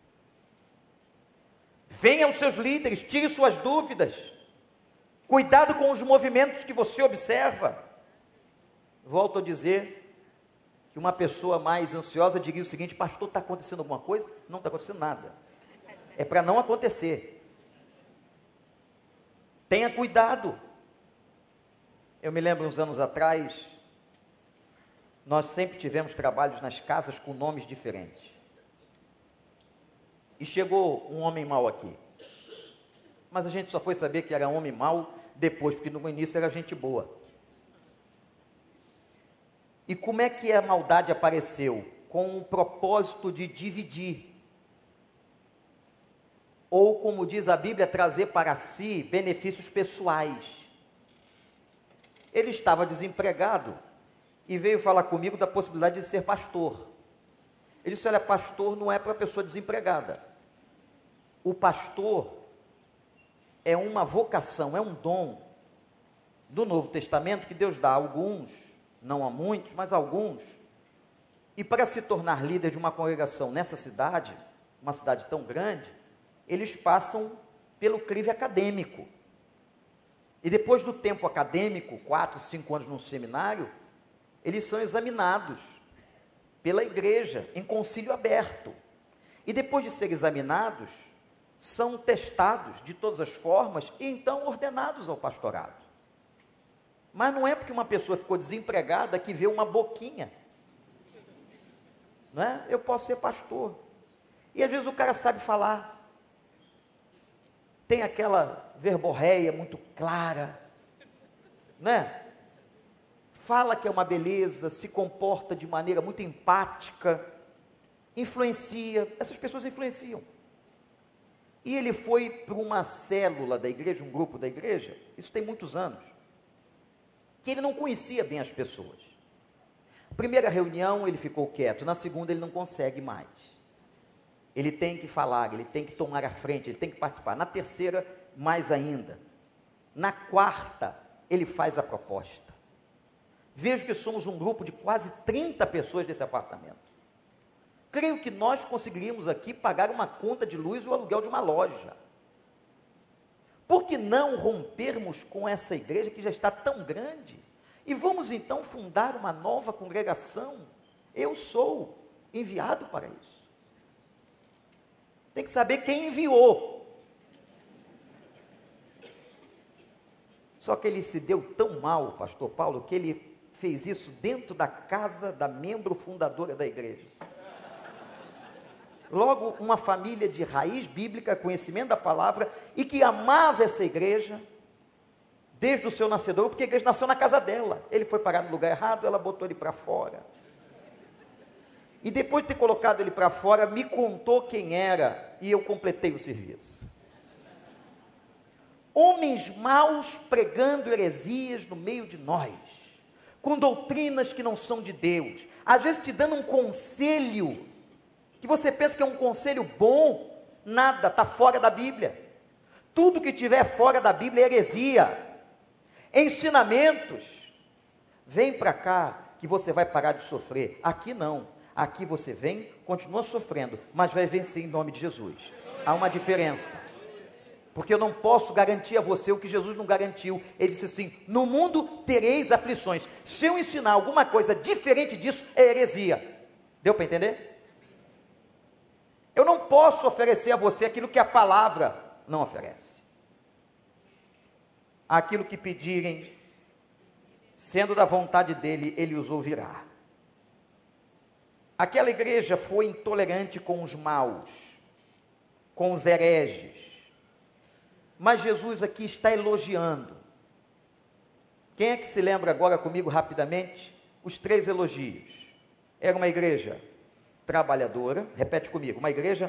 Venha aos seus líderes, tire suas dúvidas. Cuidado com os movimentos que você observa. Volto a dizer que uma pessoa mais ansiosa diria o seguinte: pastor, está acontecendo alguma coisa? Não está acontecendo nada. É para não acontecer. Tenha cuidado. Eu me lembro uns anos atrás, nós sempre tivemos trabalhos nas casas com nomes diferentes. E chegou um homem mau aqui. Mas a gente só foi saber que era homem mau depois, porque no início era gente boa. E como é que a maldade apareceu? Com o propósito de dividir. Ou, como diz a Bíblia, trazer para si benefícios pessoais. Ele estava desempregado e veio falar comigo da possibilidade de ser pastor. Ele disse: olha, pastor não é para pessoa desempregada. O pastor é uma vocação, é um dom do Novo Testamento que Deus dá a alguns, não a muitos, mas a alguns. E para se tornar líder de uma congregação nessa cidade, uma cidade tão grande, eles passam pelo crivo acadêmico. E depois do tempo acadêmico, 4, 5 anos num seminário, eles são examinados pela igreja, em concílio aberto. E depois de serem examinados, são testados de todas as formas e então ordenados ao pastorado. Mas não é porque uma pessoa ficou desempregada que vê uma boquinha, não é? Eu posso ser pastor. E às vezes o cara sabe falar, tem aquela verborreia muito clara, né? Fala que é uma beleza, se comporta de maneira muito empática, influencia. Essas pessoas influenciam. E ele foi para uma célula da igreja, um grupo da igreja, isso tem muitos anos, que ele não conhecia bem as pessoas. Primeira reunião ele ficou quieto, na segunda ele não consegue mais. Ele tem que falar, ele tem que tomar a frente, ele tem que participar. Na terceira, mais ainda. Na quarta, ele faz a proposta. Vejo que somos um grupo de quase 30 pessoas nesse apartamento. Creio que nós conseguiríamos aqui pagar uma conta de luz ou aluguel de uma loja. Por que não rompermos com essa igreja que já está tão grande? E vamos então fundar uma nova congregação. Eu sou enviado para isso. Tem que saber quem enviou. Só que ele se deu tão mal, pastor Paulo, que ele fez isso dentro da casa da membro fundadora da igreja. Logo, uma família de raiz bíblica, conhecimento da palavra, e que amava essa igreja, desde o seu nascedor, porque a igreja nasceu na casa dela. Ele foi parar no lugar errado, ela botou ele para fora. E depois de ter colocado ele para fora, me contou quem era, e eu completei o serviço. Homens maus pregando heresias no meio de nós, com doutrinas que não são de Deus, às vezes te dando um conselho, que você pensa que é um conselho bom, nada, está fora da Bíblia. Tudo que tiver fora da Bíblia é heresia. Ensinamentos, vem para cá, que você vai parar de sofrer. Aqui não. Aqui você vem, continua sofrendo, mas vai vencer em nome de Jesus. Há uma diferença, porque eu não posso garantir a você o que Jesus não garantiu. Ele disse assim: no mundo tereis aflições. Se eu ensinar alguma coisa diferente disso, é heresia. Deu para entender? Eu não posso oferecer a você aquilo que a palavra não oferece. Aquilo que pedirem, sendo da vontade dele, ele os ouvirá. Aquela igreja foi intolerante com os maus, com os hereges, mas Jesus aqui está elogiando. Quem é que se lembra agora comigo rapidamente? Os 3 elogios. Era uma igreja trabalhadora, repete comigo, uma igreja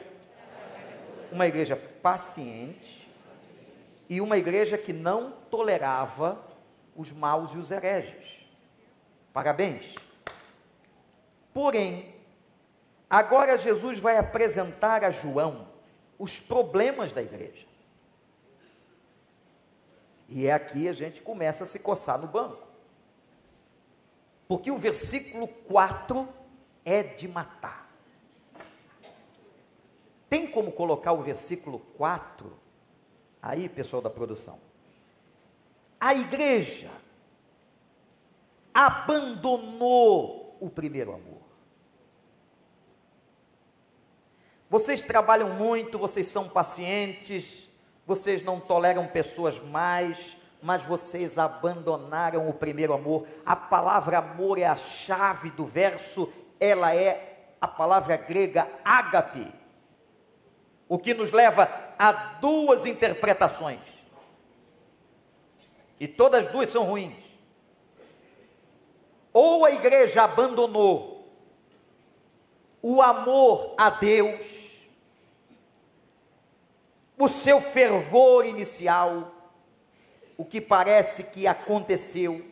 paciente, e uma igreja que não tolerava os maus e os hereges. Parabéns. Porém, agora Jesus vai apresentar a João os problemas da igreja. E é aqui a gente começa a se coçar no banco. Porque o versículo 4 é de matar. Tem como colocar o versículo 4? Aí, pessoal da produção. A igreja abandonou o primeiro amor. Vocês trabalham muito, vocês são pacientes, vocês não toleram pessoas mais, mas vocês abandonaram o primeiro amor. A palavra amor é a chave do verso, ela é a palavra grega ágape, o que nos leva a 2 interpretações, e todas 2 são ruins. Ou a igreja abandonou o amor a Deus, o seu fervor inicial, o que parece que aconteceu.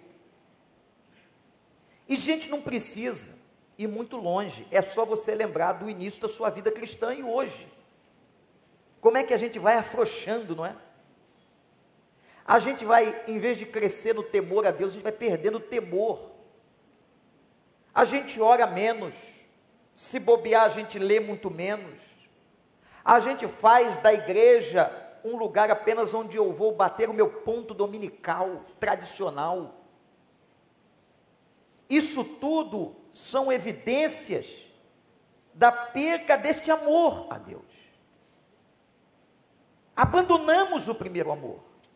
E gente, não precisa ir muito longe, é só você lembrar do início da sua vida cristã e hoje. Como é que a gente vai afrouxando, não é? A gente vai, em vez de crescer no temor a Deus, a gente vai perdendo o temor. A gente ora menos, se bobear a gente lê muito menos. A gente faz da igreja um lugar apenas onde eu vou bater o meu ponto dominical, tradicional. Isso tudo são evidências da perca deste amor a Deus. Abandonamos o primeiro amor.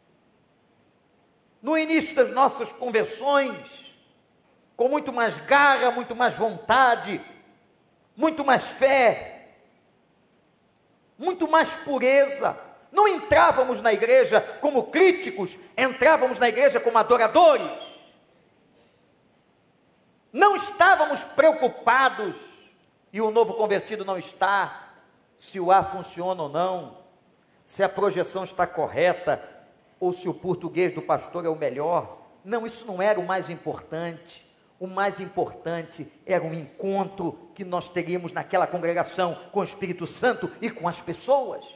No início das nossas conversões, com muito mais garra, muito mais vontade, muito mais fé, muito mais pureza. Não entrávamos na igreja como críticos, entrávamos na igreja como adoradores. Não estávamos preocupados, e o novo convertido não está, se o ar funciona ou não. se a projeção está correta, ou se o português do pastor é o melhor. Não, isso não era o mais importante. O mais importante era um encontro que nós teríamos naquela congregação com o Espírito Santo e com as pessoas.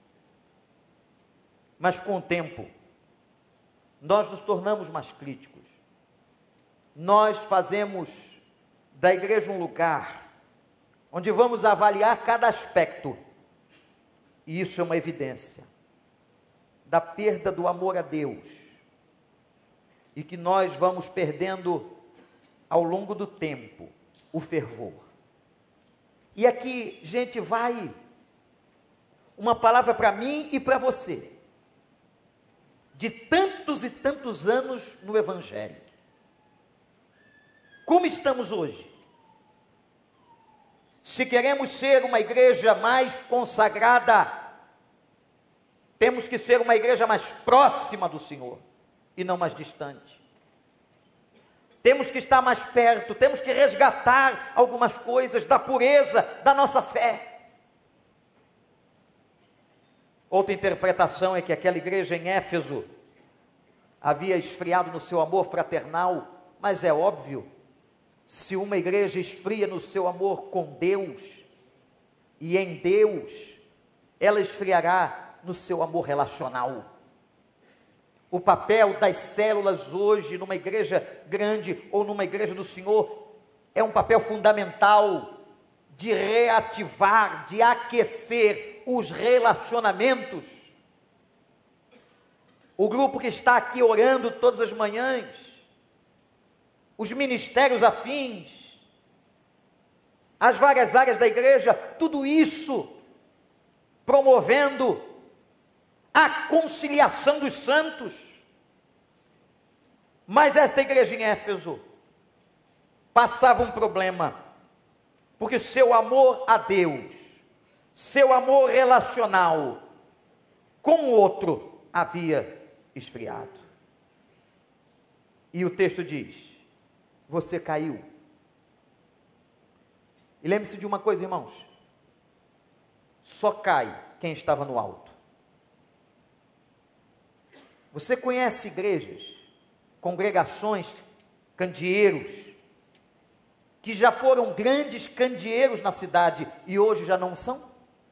Mas com o tempo, nós nos tornamos mais críticos. Nós fazemos da igreja um lugar onde vamos avaliar cada aspecto. E isso é uma evidência da perda do amor a Deus. E que nós vamos perdendo ao longo do tempo o fervor. E aqui, gente, vai uma palavra para mim e para você, de tantos e tantos anos no Evangelho. Como estamos hoje? Se queremos ser uma igreja mais consagrada, temos que ser uma igreja mais próxima do Senhor e não mais distante. Temos que estar mais perto, temos que resgatar algumas coisas da pureza da nossa fé. Outra interpretação é que aquela igreja em Éfeso havia esfriado no seu amor fraternal, mas é óbvio, se uma igreja esfria no seu amor com Deus e em Deus, ela esfriará no seu amor relacional. O papel das células hoje, numa igreja grande ou numa igreja do Senhor, é um papel fundamental de reativar, de aquecer os relacionamentos. O grupo que está aqui orando todas as manhãs, os ministérios afins, as várias áreas da igreja, tudo isso promovendo a conciliação dos santos. Mas esta igreja em Éfeso passava um problema, porque seu amor a Deus, seu amor relacional com o outro havia esfriado. E o texto diz: você caiu. E lembre-se de uma coisa, irmãos: só cai quem estava no alto. Você conhece igrejas, congregações, candeeiros, que já foram grandes candeeiros na cidade e hoje já não são?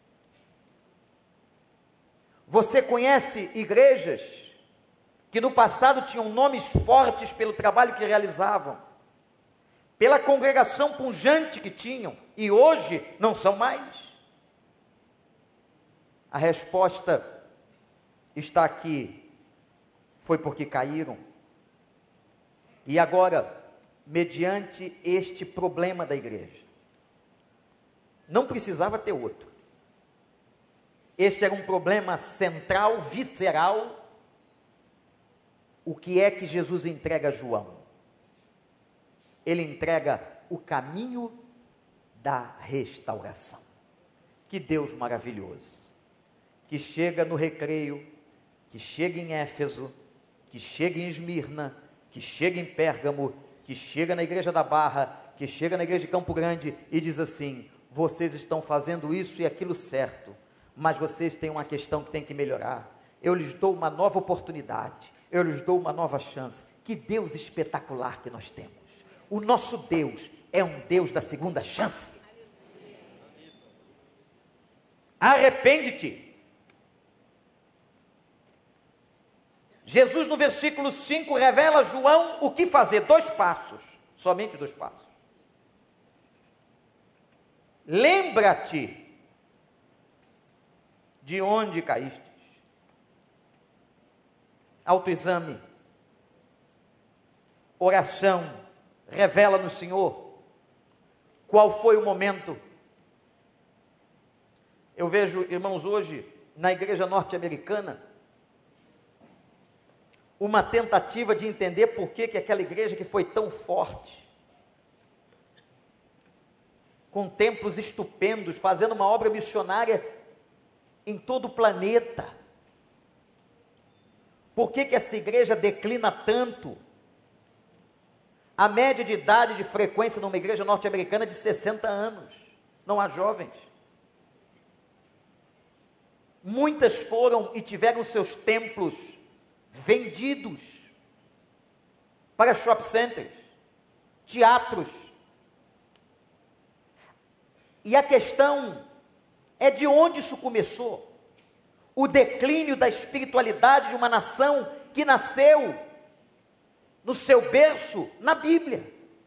Você conhece igrejas que no passado tinham nomes fortes pelo trabalho que realizavam, pela congregação pujante que tinham, e hoje não são mais? A resposta está aqui: foi porque caíram. E agora, mediante este problema da igreja, não precisava ter outro. Este era um problema central, visceral. O que é que Jesus entrega a João? Ele entrega o caminho da restauração. Que Deus maravilhoso, que chega no Recreio, que chega em Éfeso, que chega em Esmirna, que chega em Pérgamo, que chega na igreja da Barra, que chega na igreja de Campo Grande e diz assim: vocês estão fazendo isso e aquilo certo, mas vocês têm uma questão que tem que melhorar. Eu lhes dou uma nova oportunidade, eu lhes dou uma nova chance. Que Deus espetacular que nós temos. O nosso Deus é um Deus da segunda chance. Arrepende-te. Jesus no versículo 5 revela a João o que fazer. 2 passos, somente 2 passos. Lembra-te de onde caíste. Autoexame, oração, revela no Senhor qual foi o momento. Eu vejo, irmãos, hoje na igreja norte-americana uma tentativa de entender por que aquela igreja que foi tão forte, com templos estupendos, fazendo uma obra missionária em todo o planeta, por que essa igreja declina tanto? A média de idade de frequência numa igreja norte-americana é de 60 anos, não há jovens. muitas foram e tiveram seus templos vendidos para shopping centers, teatros. E a questão é de onde isso começou. O declínio da espiritualidade de uma nação que nasceu no seu berço na Bíblia.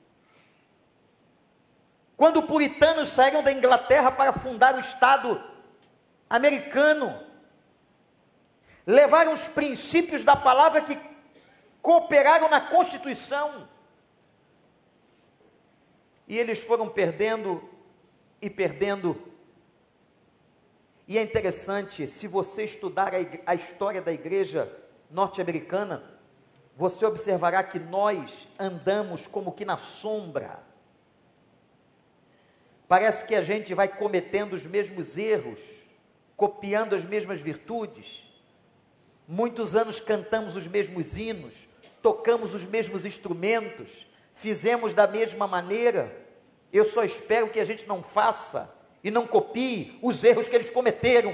Quando os puritanos saíram da Inglaterra para fundar o Estado americano, levaram os princípios da palavra que cooperaram na Constituição. E eles foram perdendo e perdendo. E é interessante, se você estudar a história da igreja norte-americana, você observará que nós andamos como que na sombra. Parece que a gente vai cometendo os mesmos erros, copiando as mesmas virtudes. Muitos anos cantamos os mesmos hinos, tocamos os mesmos instrumentos, fizemos da mesma maneira. Eu só espero que a gente não faça e não copie os erros que eles cometeram.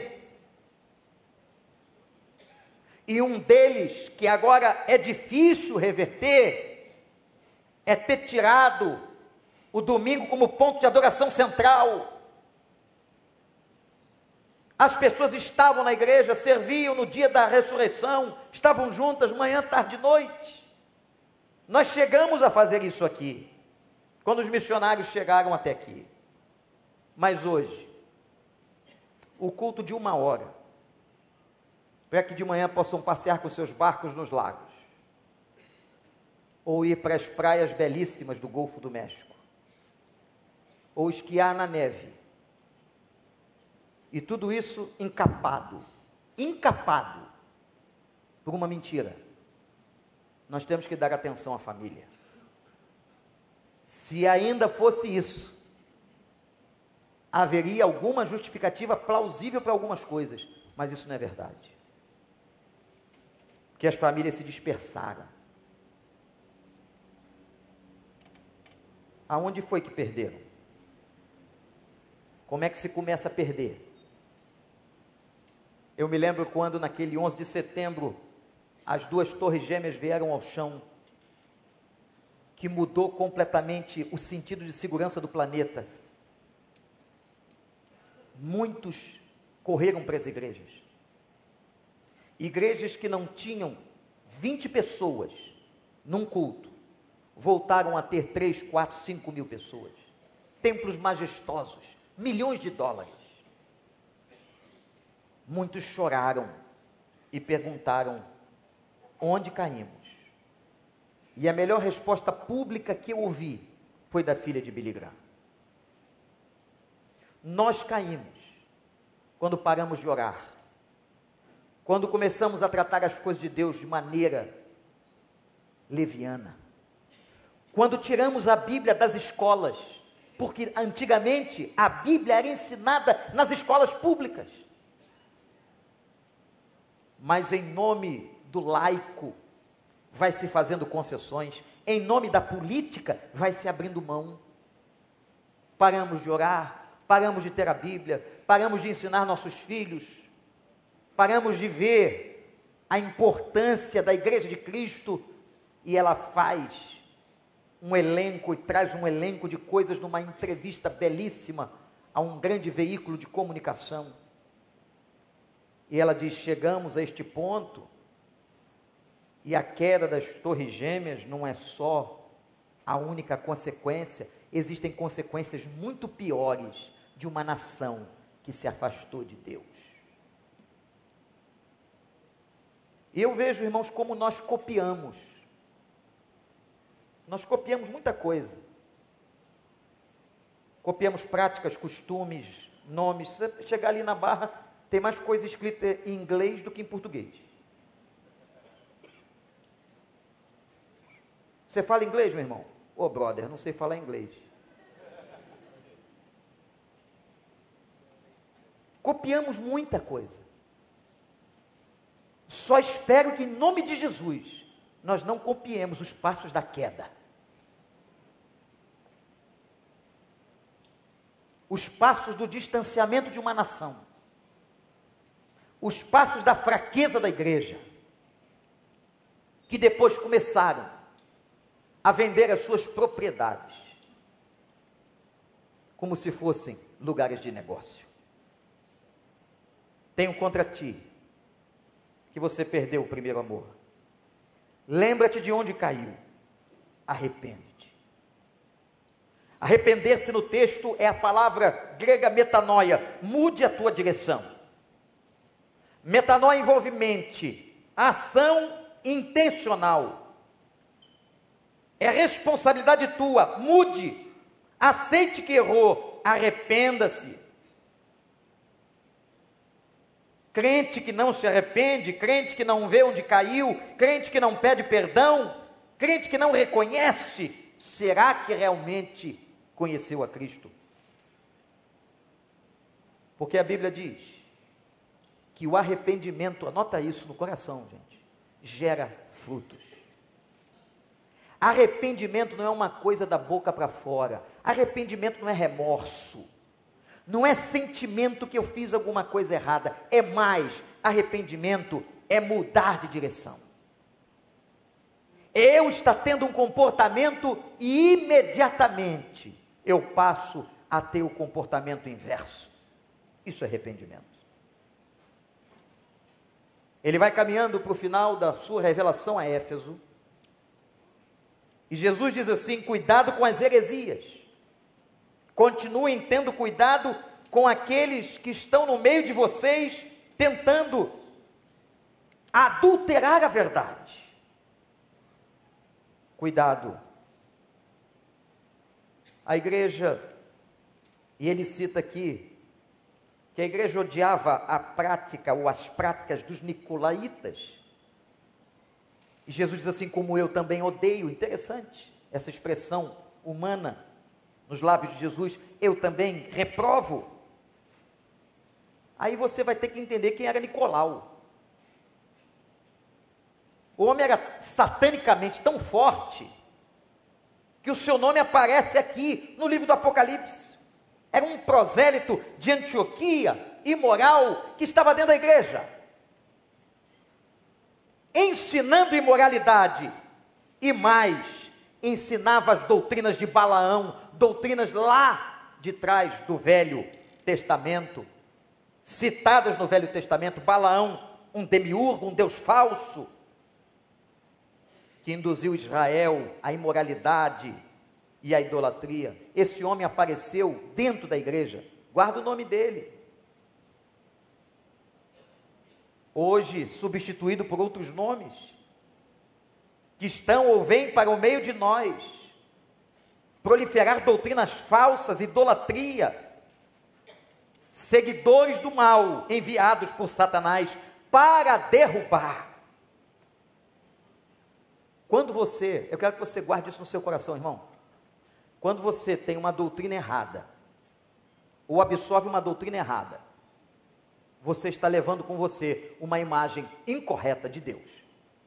E um deles, que agora é difícil reverter, é ter tirado o domingo como ponto de adoração central. As pessoas estavam na igreja, serviam no dia da ressurreição, estavam juntas manhã, tarde e noite. Nós chegamos a fazer isso aqui, quando os missionários chegaram até aqui. Mas hoje, o culto de 1 hora, para que de manhã possam passear com seus barcos nos lagos, ou ir para as praias belíssimas do Golfo do México, ou esquiar na neve, e tudo isso encapado por uma mentira. Nós temos que dar atenção à família. Se ainda fosse isso, haveria alguma justificativa plausível para algumas coisas, mas isso não é verdade. Porque as famílias se dispersaram. Aonde foi que perderam? Como é que se começa a perder? Eu me lembro quando naquele 11 de setembro, as 2 torres gêmeas vieram ao chão, que mudou completamente o sentido de segurança do planeta. Muitos correram para as igrejas. Igrejas que não tinham 20 pessoas num culto, voltaram a ter 3, 4, 5 mil pessoas. Templos majestosos, milhões de dólares. Muitos choraram e perguntaram: onde caímos? E a melhor resposta pública que eu ouvi foi da filha de Billy Graham. Nós caímos quando paramos de orar, quando começamos a tratar as coisas de Deus de maneira leviana, quando tiramos a Bíblia das escolas, porque antigamente a Bíblia era ensinada nas escolas públicas, mas em nome do laico vai se fazendo concessões, em nome da política vai se abrindo mão. Paramos de orar, paramos de ter a Bíblia, paramos de ensinar nossos filhos, paramos de ver a importância da Igreja de Cristo, e ela faz um elenco e traz um elenco de coisas numa entrevista belíssima a um grande veículo de comunicação. E ela diz: chegamos a este ponto, e a queda das torres gêmeas não é só a única consequência, existem consequências muito piores de uma nação que se afastou de Deus. E eu vejo, irmãos, como nós copiamos. Nós copiamos muita coisa. Copiamos práticas, costumes, nomes. Se você chegar ali na Barra, tem mais coisa escrita em inglês do que em português. Você fala inglês, meu irmão? Ô, brother, não sei falar inglês. Copiamos muita coisa. Só espero que, em nome de Jesus, nós não copiemos os passos da queda. Os passos do distanciamento de uma nação. os passos da fraqueza da igreja, que depois começaram a vender as suas propriedades, como se fossem lugares de negócio. Tenho contra ti que você perdeu o primeiro amor. Lembra-te de onde caiu. Arrepende-te. Arrepender-se no texto é a palavra grega metanoia. Mude a tua direção. Metanoia envolve mente, ação intencional. É responsabilidade tua. Mude. Aceite que errou. Arrependa-se. Crente que não se arrepende, crente que não vê onde caiu, crente que não pede perdão, crente que não reconhece, será que realmente conheceu a Cristo? Porque a Bíblia diz que o arrependimento, anota isso no coração, gente, gera frutos. Arrependimento não é uma coisa da boca para fora, arrependimento não é remorso. Não é sentimento que eu fiz alguma coisa errada, é mais, arrependimento é mudar de direção. Eu estou tendo um comportamento e imediatamente eu passo a ter o comportamento inverso. Isso é arrependimento. Ele vai caminhando para o final da sua revelação a Éfeso, e Jesus diz assim: cuidado com as heresias. Continuem tendo cuidado com aqueles que estão no meio de vocês, tentando adulterar a verdade. Cuidado. A igreja, e ele cita aqui, que a igreja odiava a prática ou as práticas dos nicolaítas. E Jesus diz assim: como eu também odeio. Interessante essa expressão humana nos lábios de Jesus, eu também reprovo. Aí você vai ter que entender quem era Nicolau. O homem era satanicamente tão forte, que o seu nome aparece aqui no livro do Apocalipse. Era um prosélito de Antioquia, imoral, que estava dentro da igreja, ensinando imoralidade, e mais, ensinava as doutrinas de Balaão, doutrinas lá de trás do Velho Testamento, citadas no Velho Testamento. Balaão, um demiurgo, um deus falso, que induziu Israel à imoralidade e à idolatria. Esse homem apareceu dentro da igreja, guarda o nome dele, hoje substituído por outros nomes, que estão ou vêm para o meio de nós, proliferar doutrinas falsas, idolatria, seguidores do mal, enviados por Satanás para derrubar. Quando você, eu quero que você guarde isso no seu coração, irmão, quando você tem uma doutrina errada, ou absorve uma doutrina errada, você está levando com você uma imagem incorreta de Deus.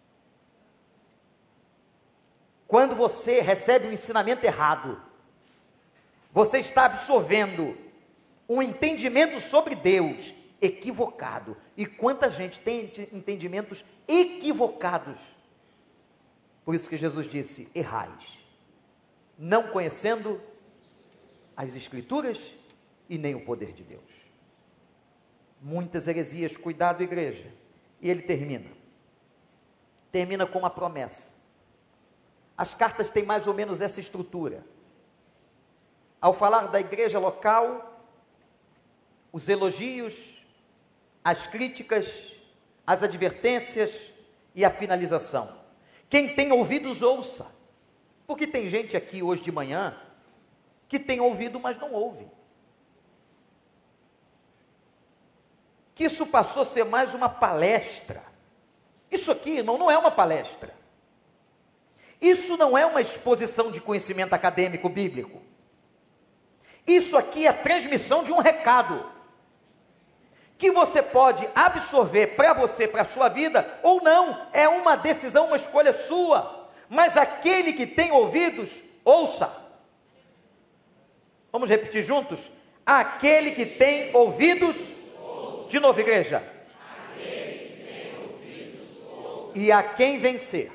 Quando você recebe um ensinamento errado, você está absorvendo um entendimento sobre Deus equivocado. E quanta gente tem entendimentos equivocados. Por isso que Jesus disse: errais, não conhecendo as Escrituras e nem o poder de Deus. Muitas heresias, cuidado, igreja. E ele termina com uma promessa. As cartas têm mais ou menos essa estrutura. Ao falar da igreja local, os elogios, as críticas, as advertências e a finalização. Quem tem ouvidos, ouça. Porque tem gente aqui hoje de manhã que tem ouvido, mas não ouve. Que isso passou a ser mais uma palestra. Isso aqui, irmão, não é uma palestra. Isso não é uma exposição de conhecimento acadêmico bíblico. Isso aqui é a transmissão de um recado, que você pode absorver para você, para a sua vida, ou não. É uma decisão, uma escolha sua. Mas aquele que tem ouvidos, ouça. Vamos repetir juntos? Aquele que tem ouvidos, de novo, igreja. E a quem vencer,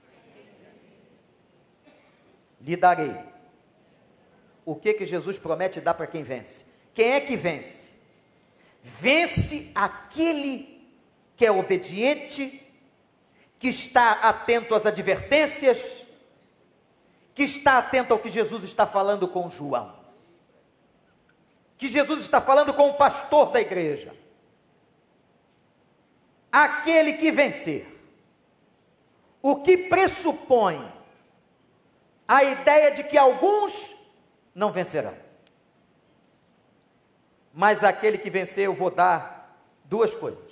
lhe darei. O que Jesus promete dar para quem vence? Quem é que vence? Vence aquele que é obediente, que está atento às advertências, que está atento ao que Jesus está falando com João, que Jesus está falando com o pastor da igreja. Aquele que vencer, o que pressupõe a ideia de que alguns não vencerão. Mas aquele que vencer, eu vou dar duas coisas.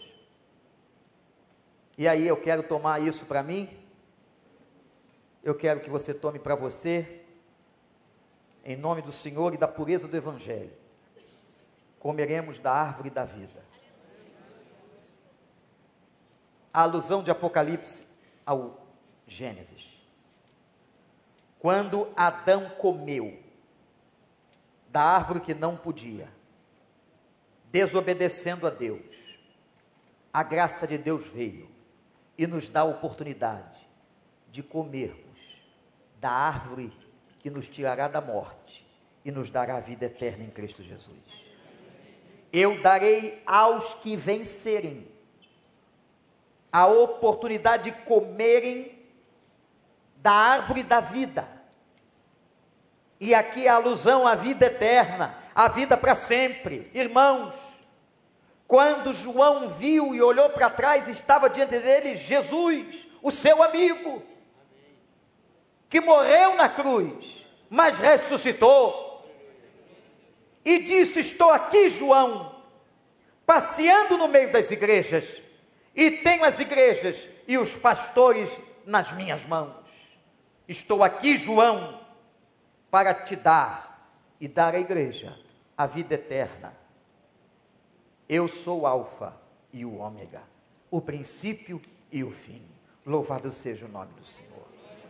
E aí eu quero tomar isso para mim, eu quero que você tome para você, em nome do Senhor e da pureza do Evangelho. Comeremos da árvore da vida. A alusão de Apocalipse ao Gênesis. Quando Adão comeu da árvore que não podia, desobedecendo a Deus, a graça de Deus veio e nos dá a oportunidade de comermos da árvore que nos tirará da morte e nos dará a vida eterna em Cristo Jesus. Eu darei aos que vencerem a oportunidade de comerem da árvore da vida. E aqui a alusão à vida eterna, à vida para sempre. Irmãos, quando João viu e olhou para trás, estava diante dele Jesus, o seu amigo, que morreu na cruz, mas ressuscitou. E disse: estou aqui, João, passeando no meio das igrejas, e tenho as igrejas e os pastores nas minhas mãos. Estou aqui, João, para te dar e dar à igreja a vida eterna. Eu sou o Alfa e o Ômega, o princípio e o fim. Louvado seja o nome do Senhor.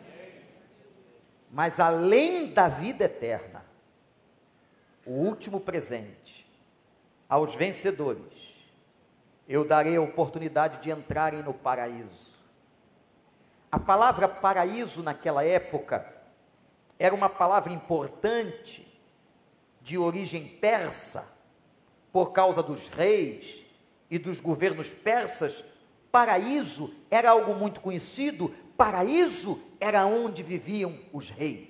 Mas além da vida eterna, o último presente aos vencedores, eu darei a oportunidade de entrarem no paraíso. A palavra paraíso naquela época era uma palavra importante, de origem persa, por causa dos reis e dos governos persas. Paraíso era algo muito conhecido, paraíso era onde viviam os reis.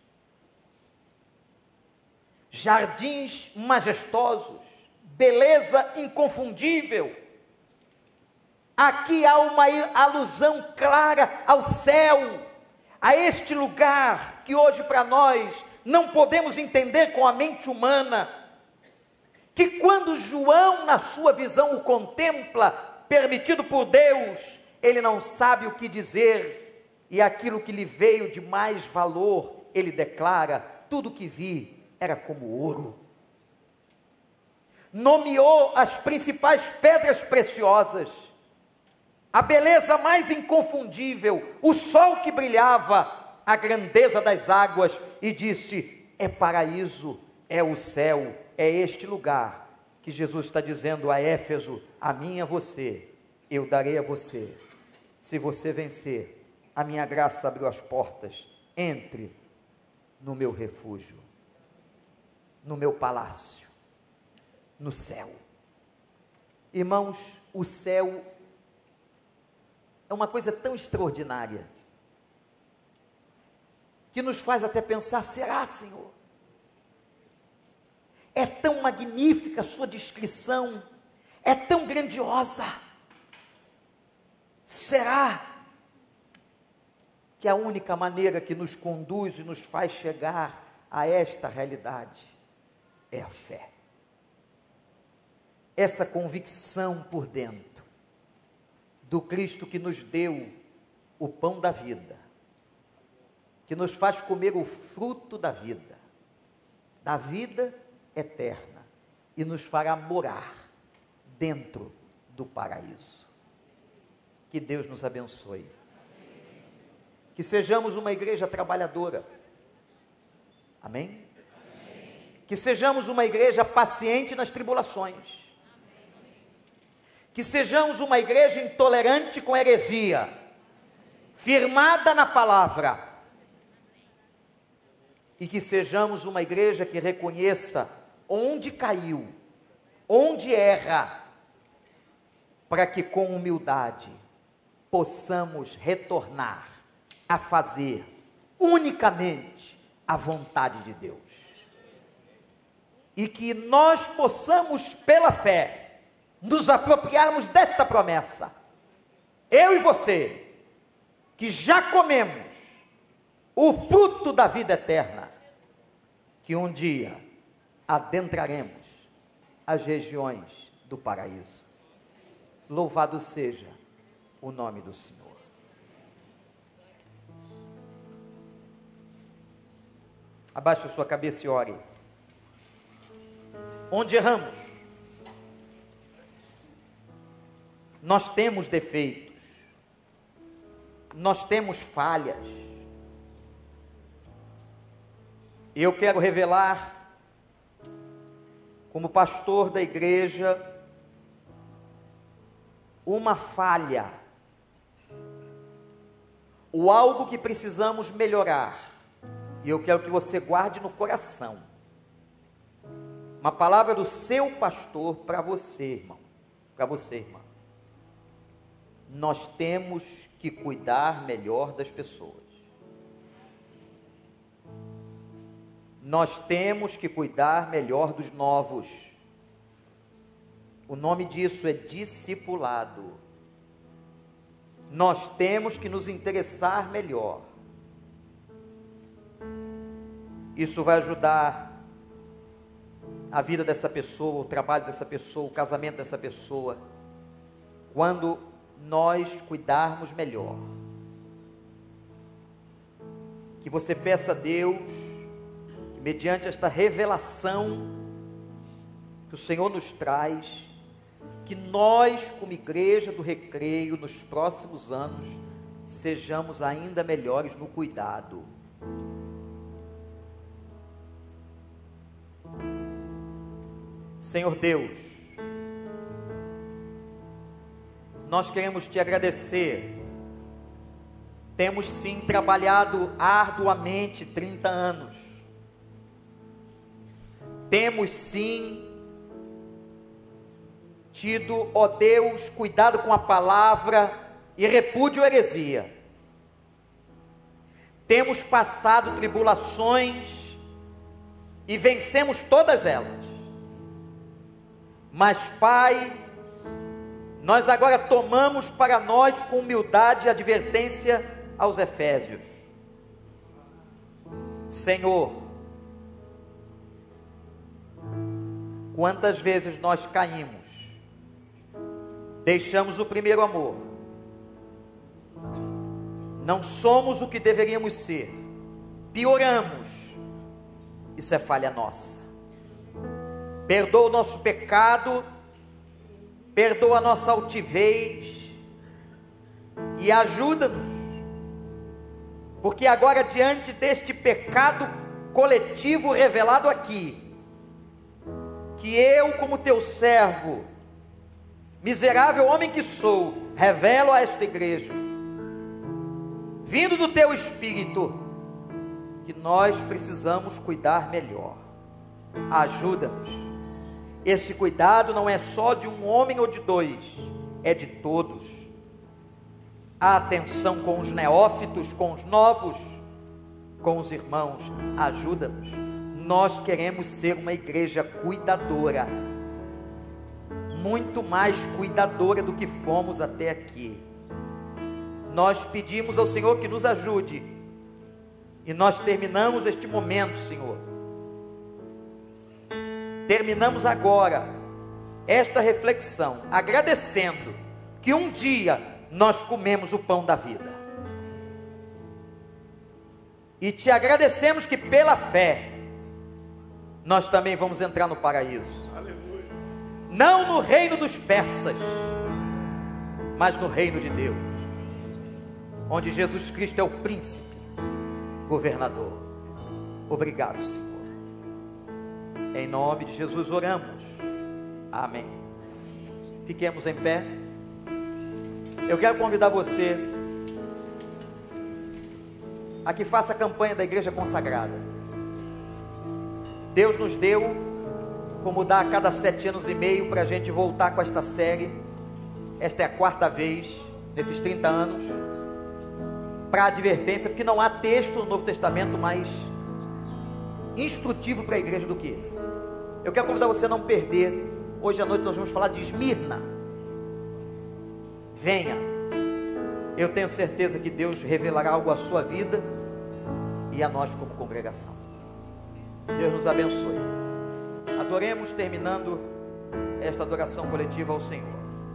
Jardins majestosos, beleza inconfundível. Aqui há uma alusão clara ao céu, a este lugar que hoje para nós não podemos entender com a mente humana, que quando João na sua visão o contempla, permitido por Deus, ele não sabe o que dizer, e aquilo que lhe veio de mais valor, ele declara: tudo que vi era como ouro. Nomeou as principais pedras preciosas, a beleza mais inconfundível, o sol que brilhava, a grandeza das águas, e disse: é paraíso, é o céu, é este lugar que Jesus está dizendo a Éfeso: a mim e a você, eu darei a você. Se você vencer, a minha graça abriu as portas, entre no meu refúgio, no meu palácio, no céu. Irmãos, o céu é uma coisa tão extraordinária, que nos faz até pensar: será, Senhor? É tão magnífica a sua descrição, é tão grandiosa. Será que a única maneira que nos conduz e nos faz chegar a esta realidade é a fé? Essa convicção por dentro do Cristo que nos deu o pão da vida, que nos faz comer o fruto da vida eterna, e nos fará morar dentro do paraíso. Que Deus nos abençoe. Que sejamos uma igreja trabalhadora. Amém? Que sejamos uma igreja paciente nas tribulações. Que sejamos uma igreja intolerante com heresia. firmada na palavra, e que sejamos uma igreja que reconheça onde caiu, onde erra, para que com humildade possamos retornar a fazer unicamente a vontade de Deus. E que nós possamos, pela fé, nos apropriarmos desta promessa. Eu e você, que já comemos o fruto da vida eterna, que um dia adentraremos as regiões do paraíso. Louvado seja o nome do Senhor. Abaixe a sua cabeça e ore. Onde erramos? Nós temos defeitos, nós temos falhas. Eu quero revelar, como pastor da igreja, uma falha, ou algo que precisamos melhorar, e eu quero que você guarde no coração, uma palavra do seu pastor para você, irmão, para você, irmã. Nós temos que cuidar melhor das pessoas. Nós temos que cuidar melhor dos novos. O nome disso é discipulado. Nós temos que nos interessar melhor. Isso vai ajudar a vida dessa pessoa, o trabalho dessa pessoa, o casamento dessa pessoa, quando nós cuidarmos melhor. Que você peça a Deus, que mediante esta revelação que o Senhor nos traz, que nós, como igreja do Recreio, nos próximos anos, sejamos ainda melhores no cuidado. Senhor Deus, nós queremos te agradecer. Temos sim trabalhado arduamente 30 anos. Temos sim tido, ó Deus, cuidado com a palavra e repúdio à heresia. Temos passado tribulações e vencemos todas elas. Mas, Pai, nós agora tomamos para nós com humildade a advertência aos Efésios. Senhor, quantas vezes nós caímos, deixamos o primeiro amor, não somos o que deveríamos ser, pioramos, isso é falha nossa. Perdoa o nosso pecado, perdoa a nossa altivez e ajuda-nos, porque agora, diante deste pecado coletivo revelado aqui, que eu, como teu servo, miserável homem que sou, revelo a esta igreja, vindo do teu Espírito, que nós precisamos cuidar melhor. Ajuda-nos. Esse cuidado não é só de um homem ou de dois, é de todos. A atenção com os neófitos, com os novos, com os irmãos. Ajuda-nos. Nós queremos ser uma igreja cuidadora, muito mais cuidadora do que fomos até aqui. Nós pedimos ao Senhor que nos ajude, e nós terminamos este momento, Senhor. Terminamos agora esta reflexão, agradecendo que um dia nós comemos o pão da vida. E te agradecemos que pela fé, nós também vamos entrar no paraíso. Aleluia. Não no reino dos persas, mas no reino de Deus, onde Jesus Cristo é o príncipe, governador. Obrigado, Senhor. Em nome de Jesus oramos. Amém. Fiquemos em pé. Eu quero convidar você a que faça a campanha da igreja consagrada. Deus nos deu, como dá a cada 7 anos e meio, para a gente voltar com esta série. Esta é a 4ª vez, nesses 30 anos, para advertência, porque não há texto no Novo Testamento mais instrutivo para a igreja do que esse. Eu quero convidar você a não perder. Hoje à noite nós vamos falar de Esmirna. Venha. Eu tenho certeza que Deus revelará algo à sua vida e a nós como congregação. Deus nos abençoe. Adoremos, terminando esta adoração coletiva ao Senhor.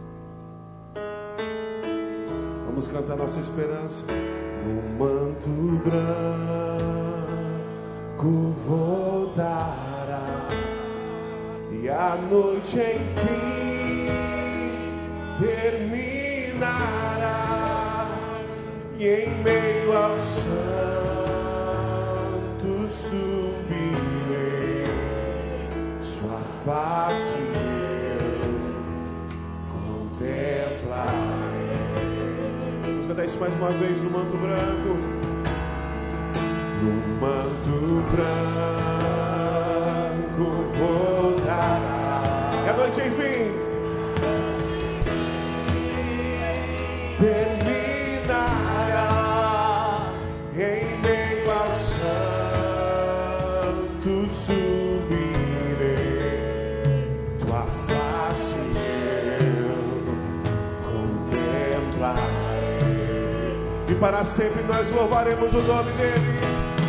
Vamos cantar nossa esperança. No manto branco voltará, e a noite enfim terminará, e em meio aos santos subirei, sua face eu contemplarei. Vamos cantar isso mais uma vez. No manto branco, no manto branco voltará, e a noite enfim terminará, em meio aos santos subirei, tua face eu contemplarei, e para sempre nós louvaremos o nome dele.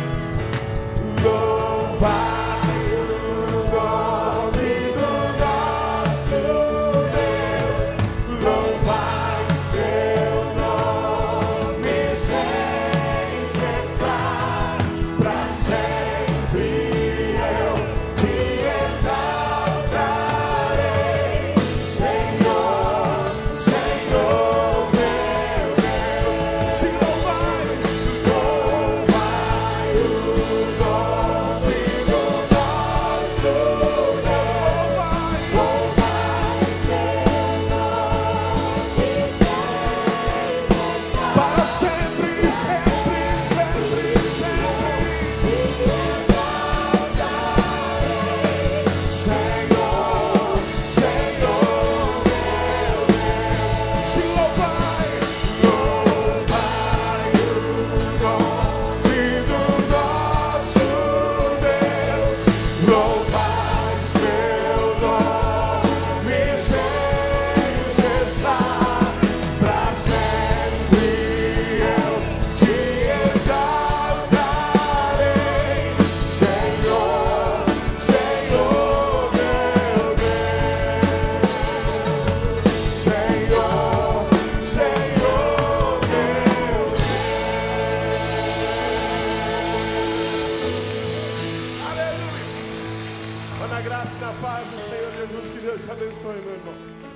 Louvai o nome do nosso Deus, louvai seu nome sem cessar, para sempre eu te exaltarei, Senhor, Senhor meu Deus. Se louvai o nome do nosso Deus, louvai para sempre, sempre, sempre, sempre. Senhor, Senhor meu Deus. Se louvai o nome do nosso Deus, louvai seu nome sem cessar, para sempre eu te exaltarei, Senhor, Senhor meu Deus, Senhor, Senhor meu Deus. Aleluia. Vá na graça e na paz do Senhor Jesus. Que Deus te abençoe, meu irmão.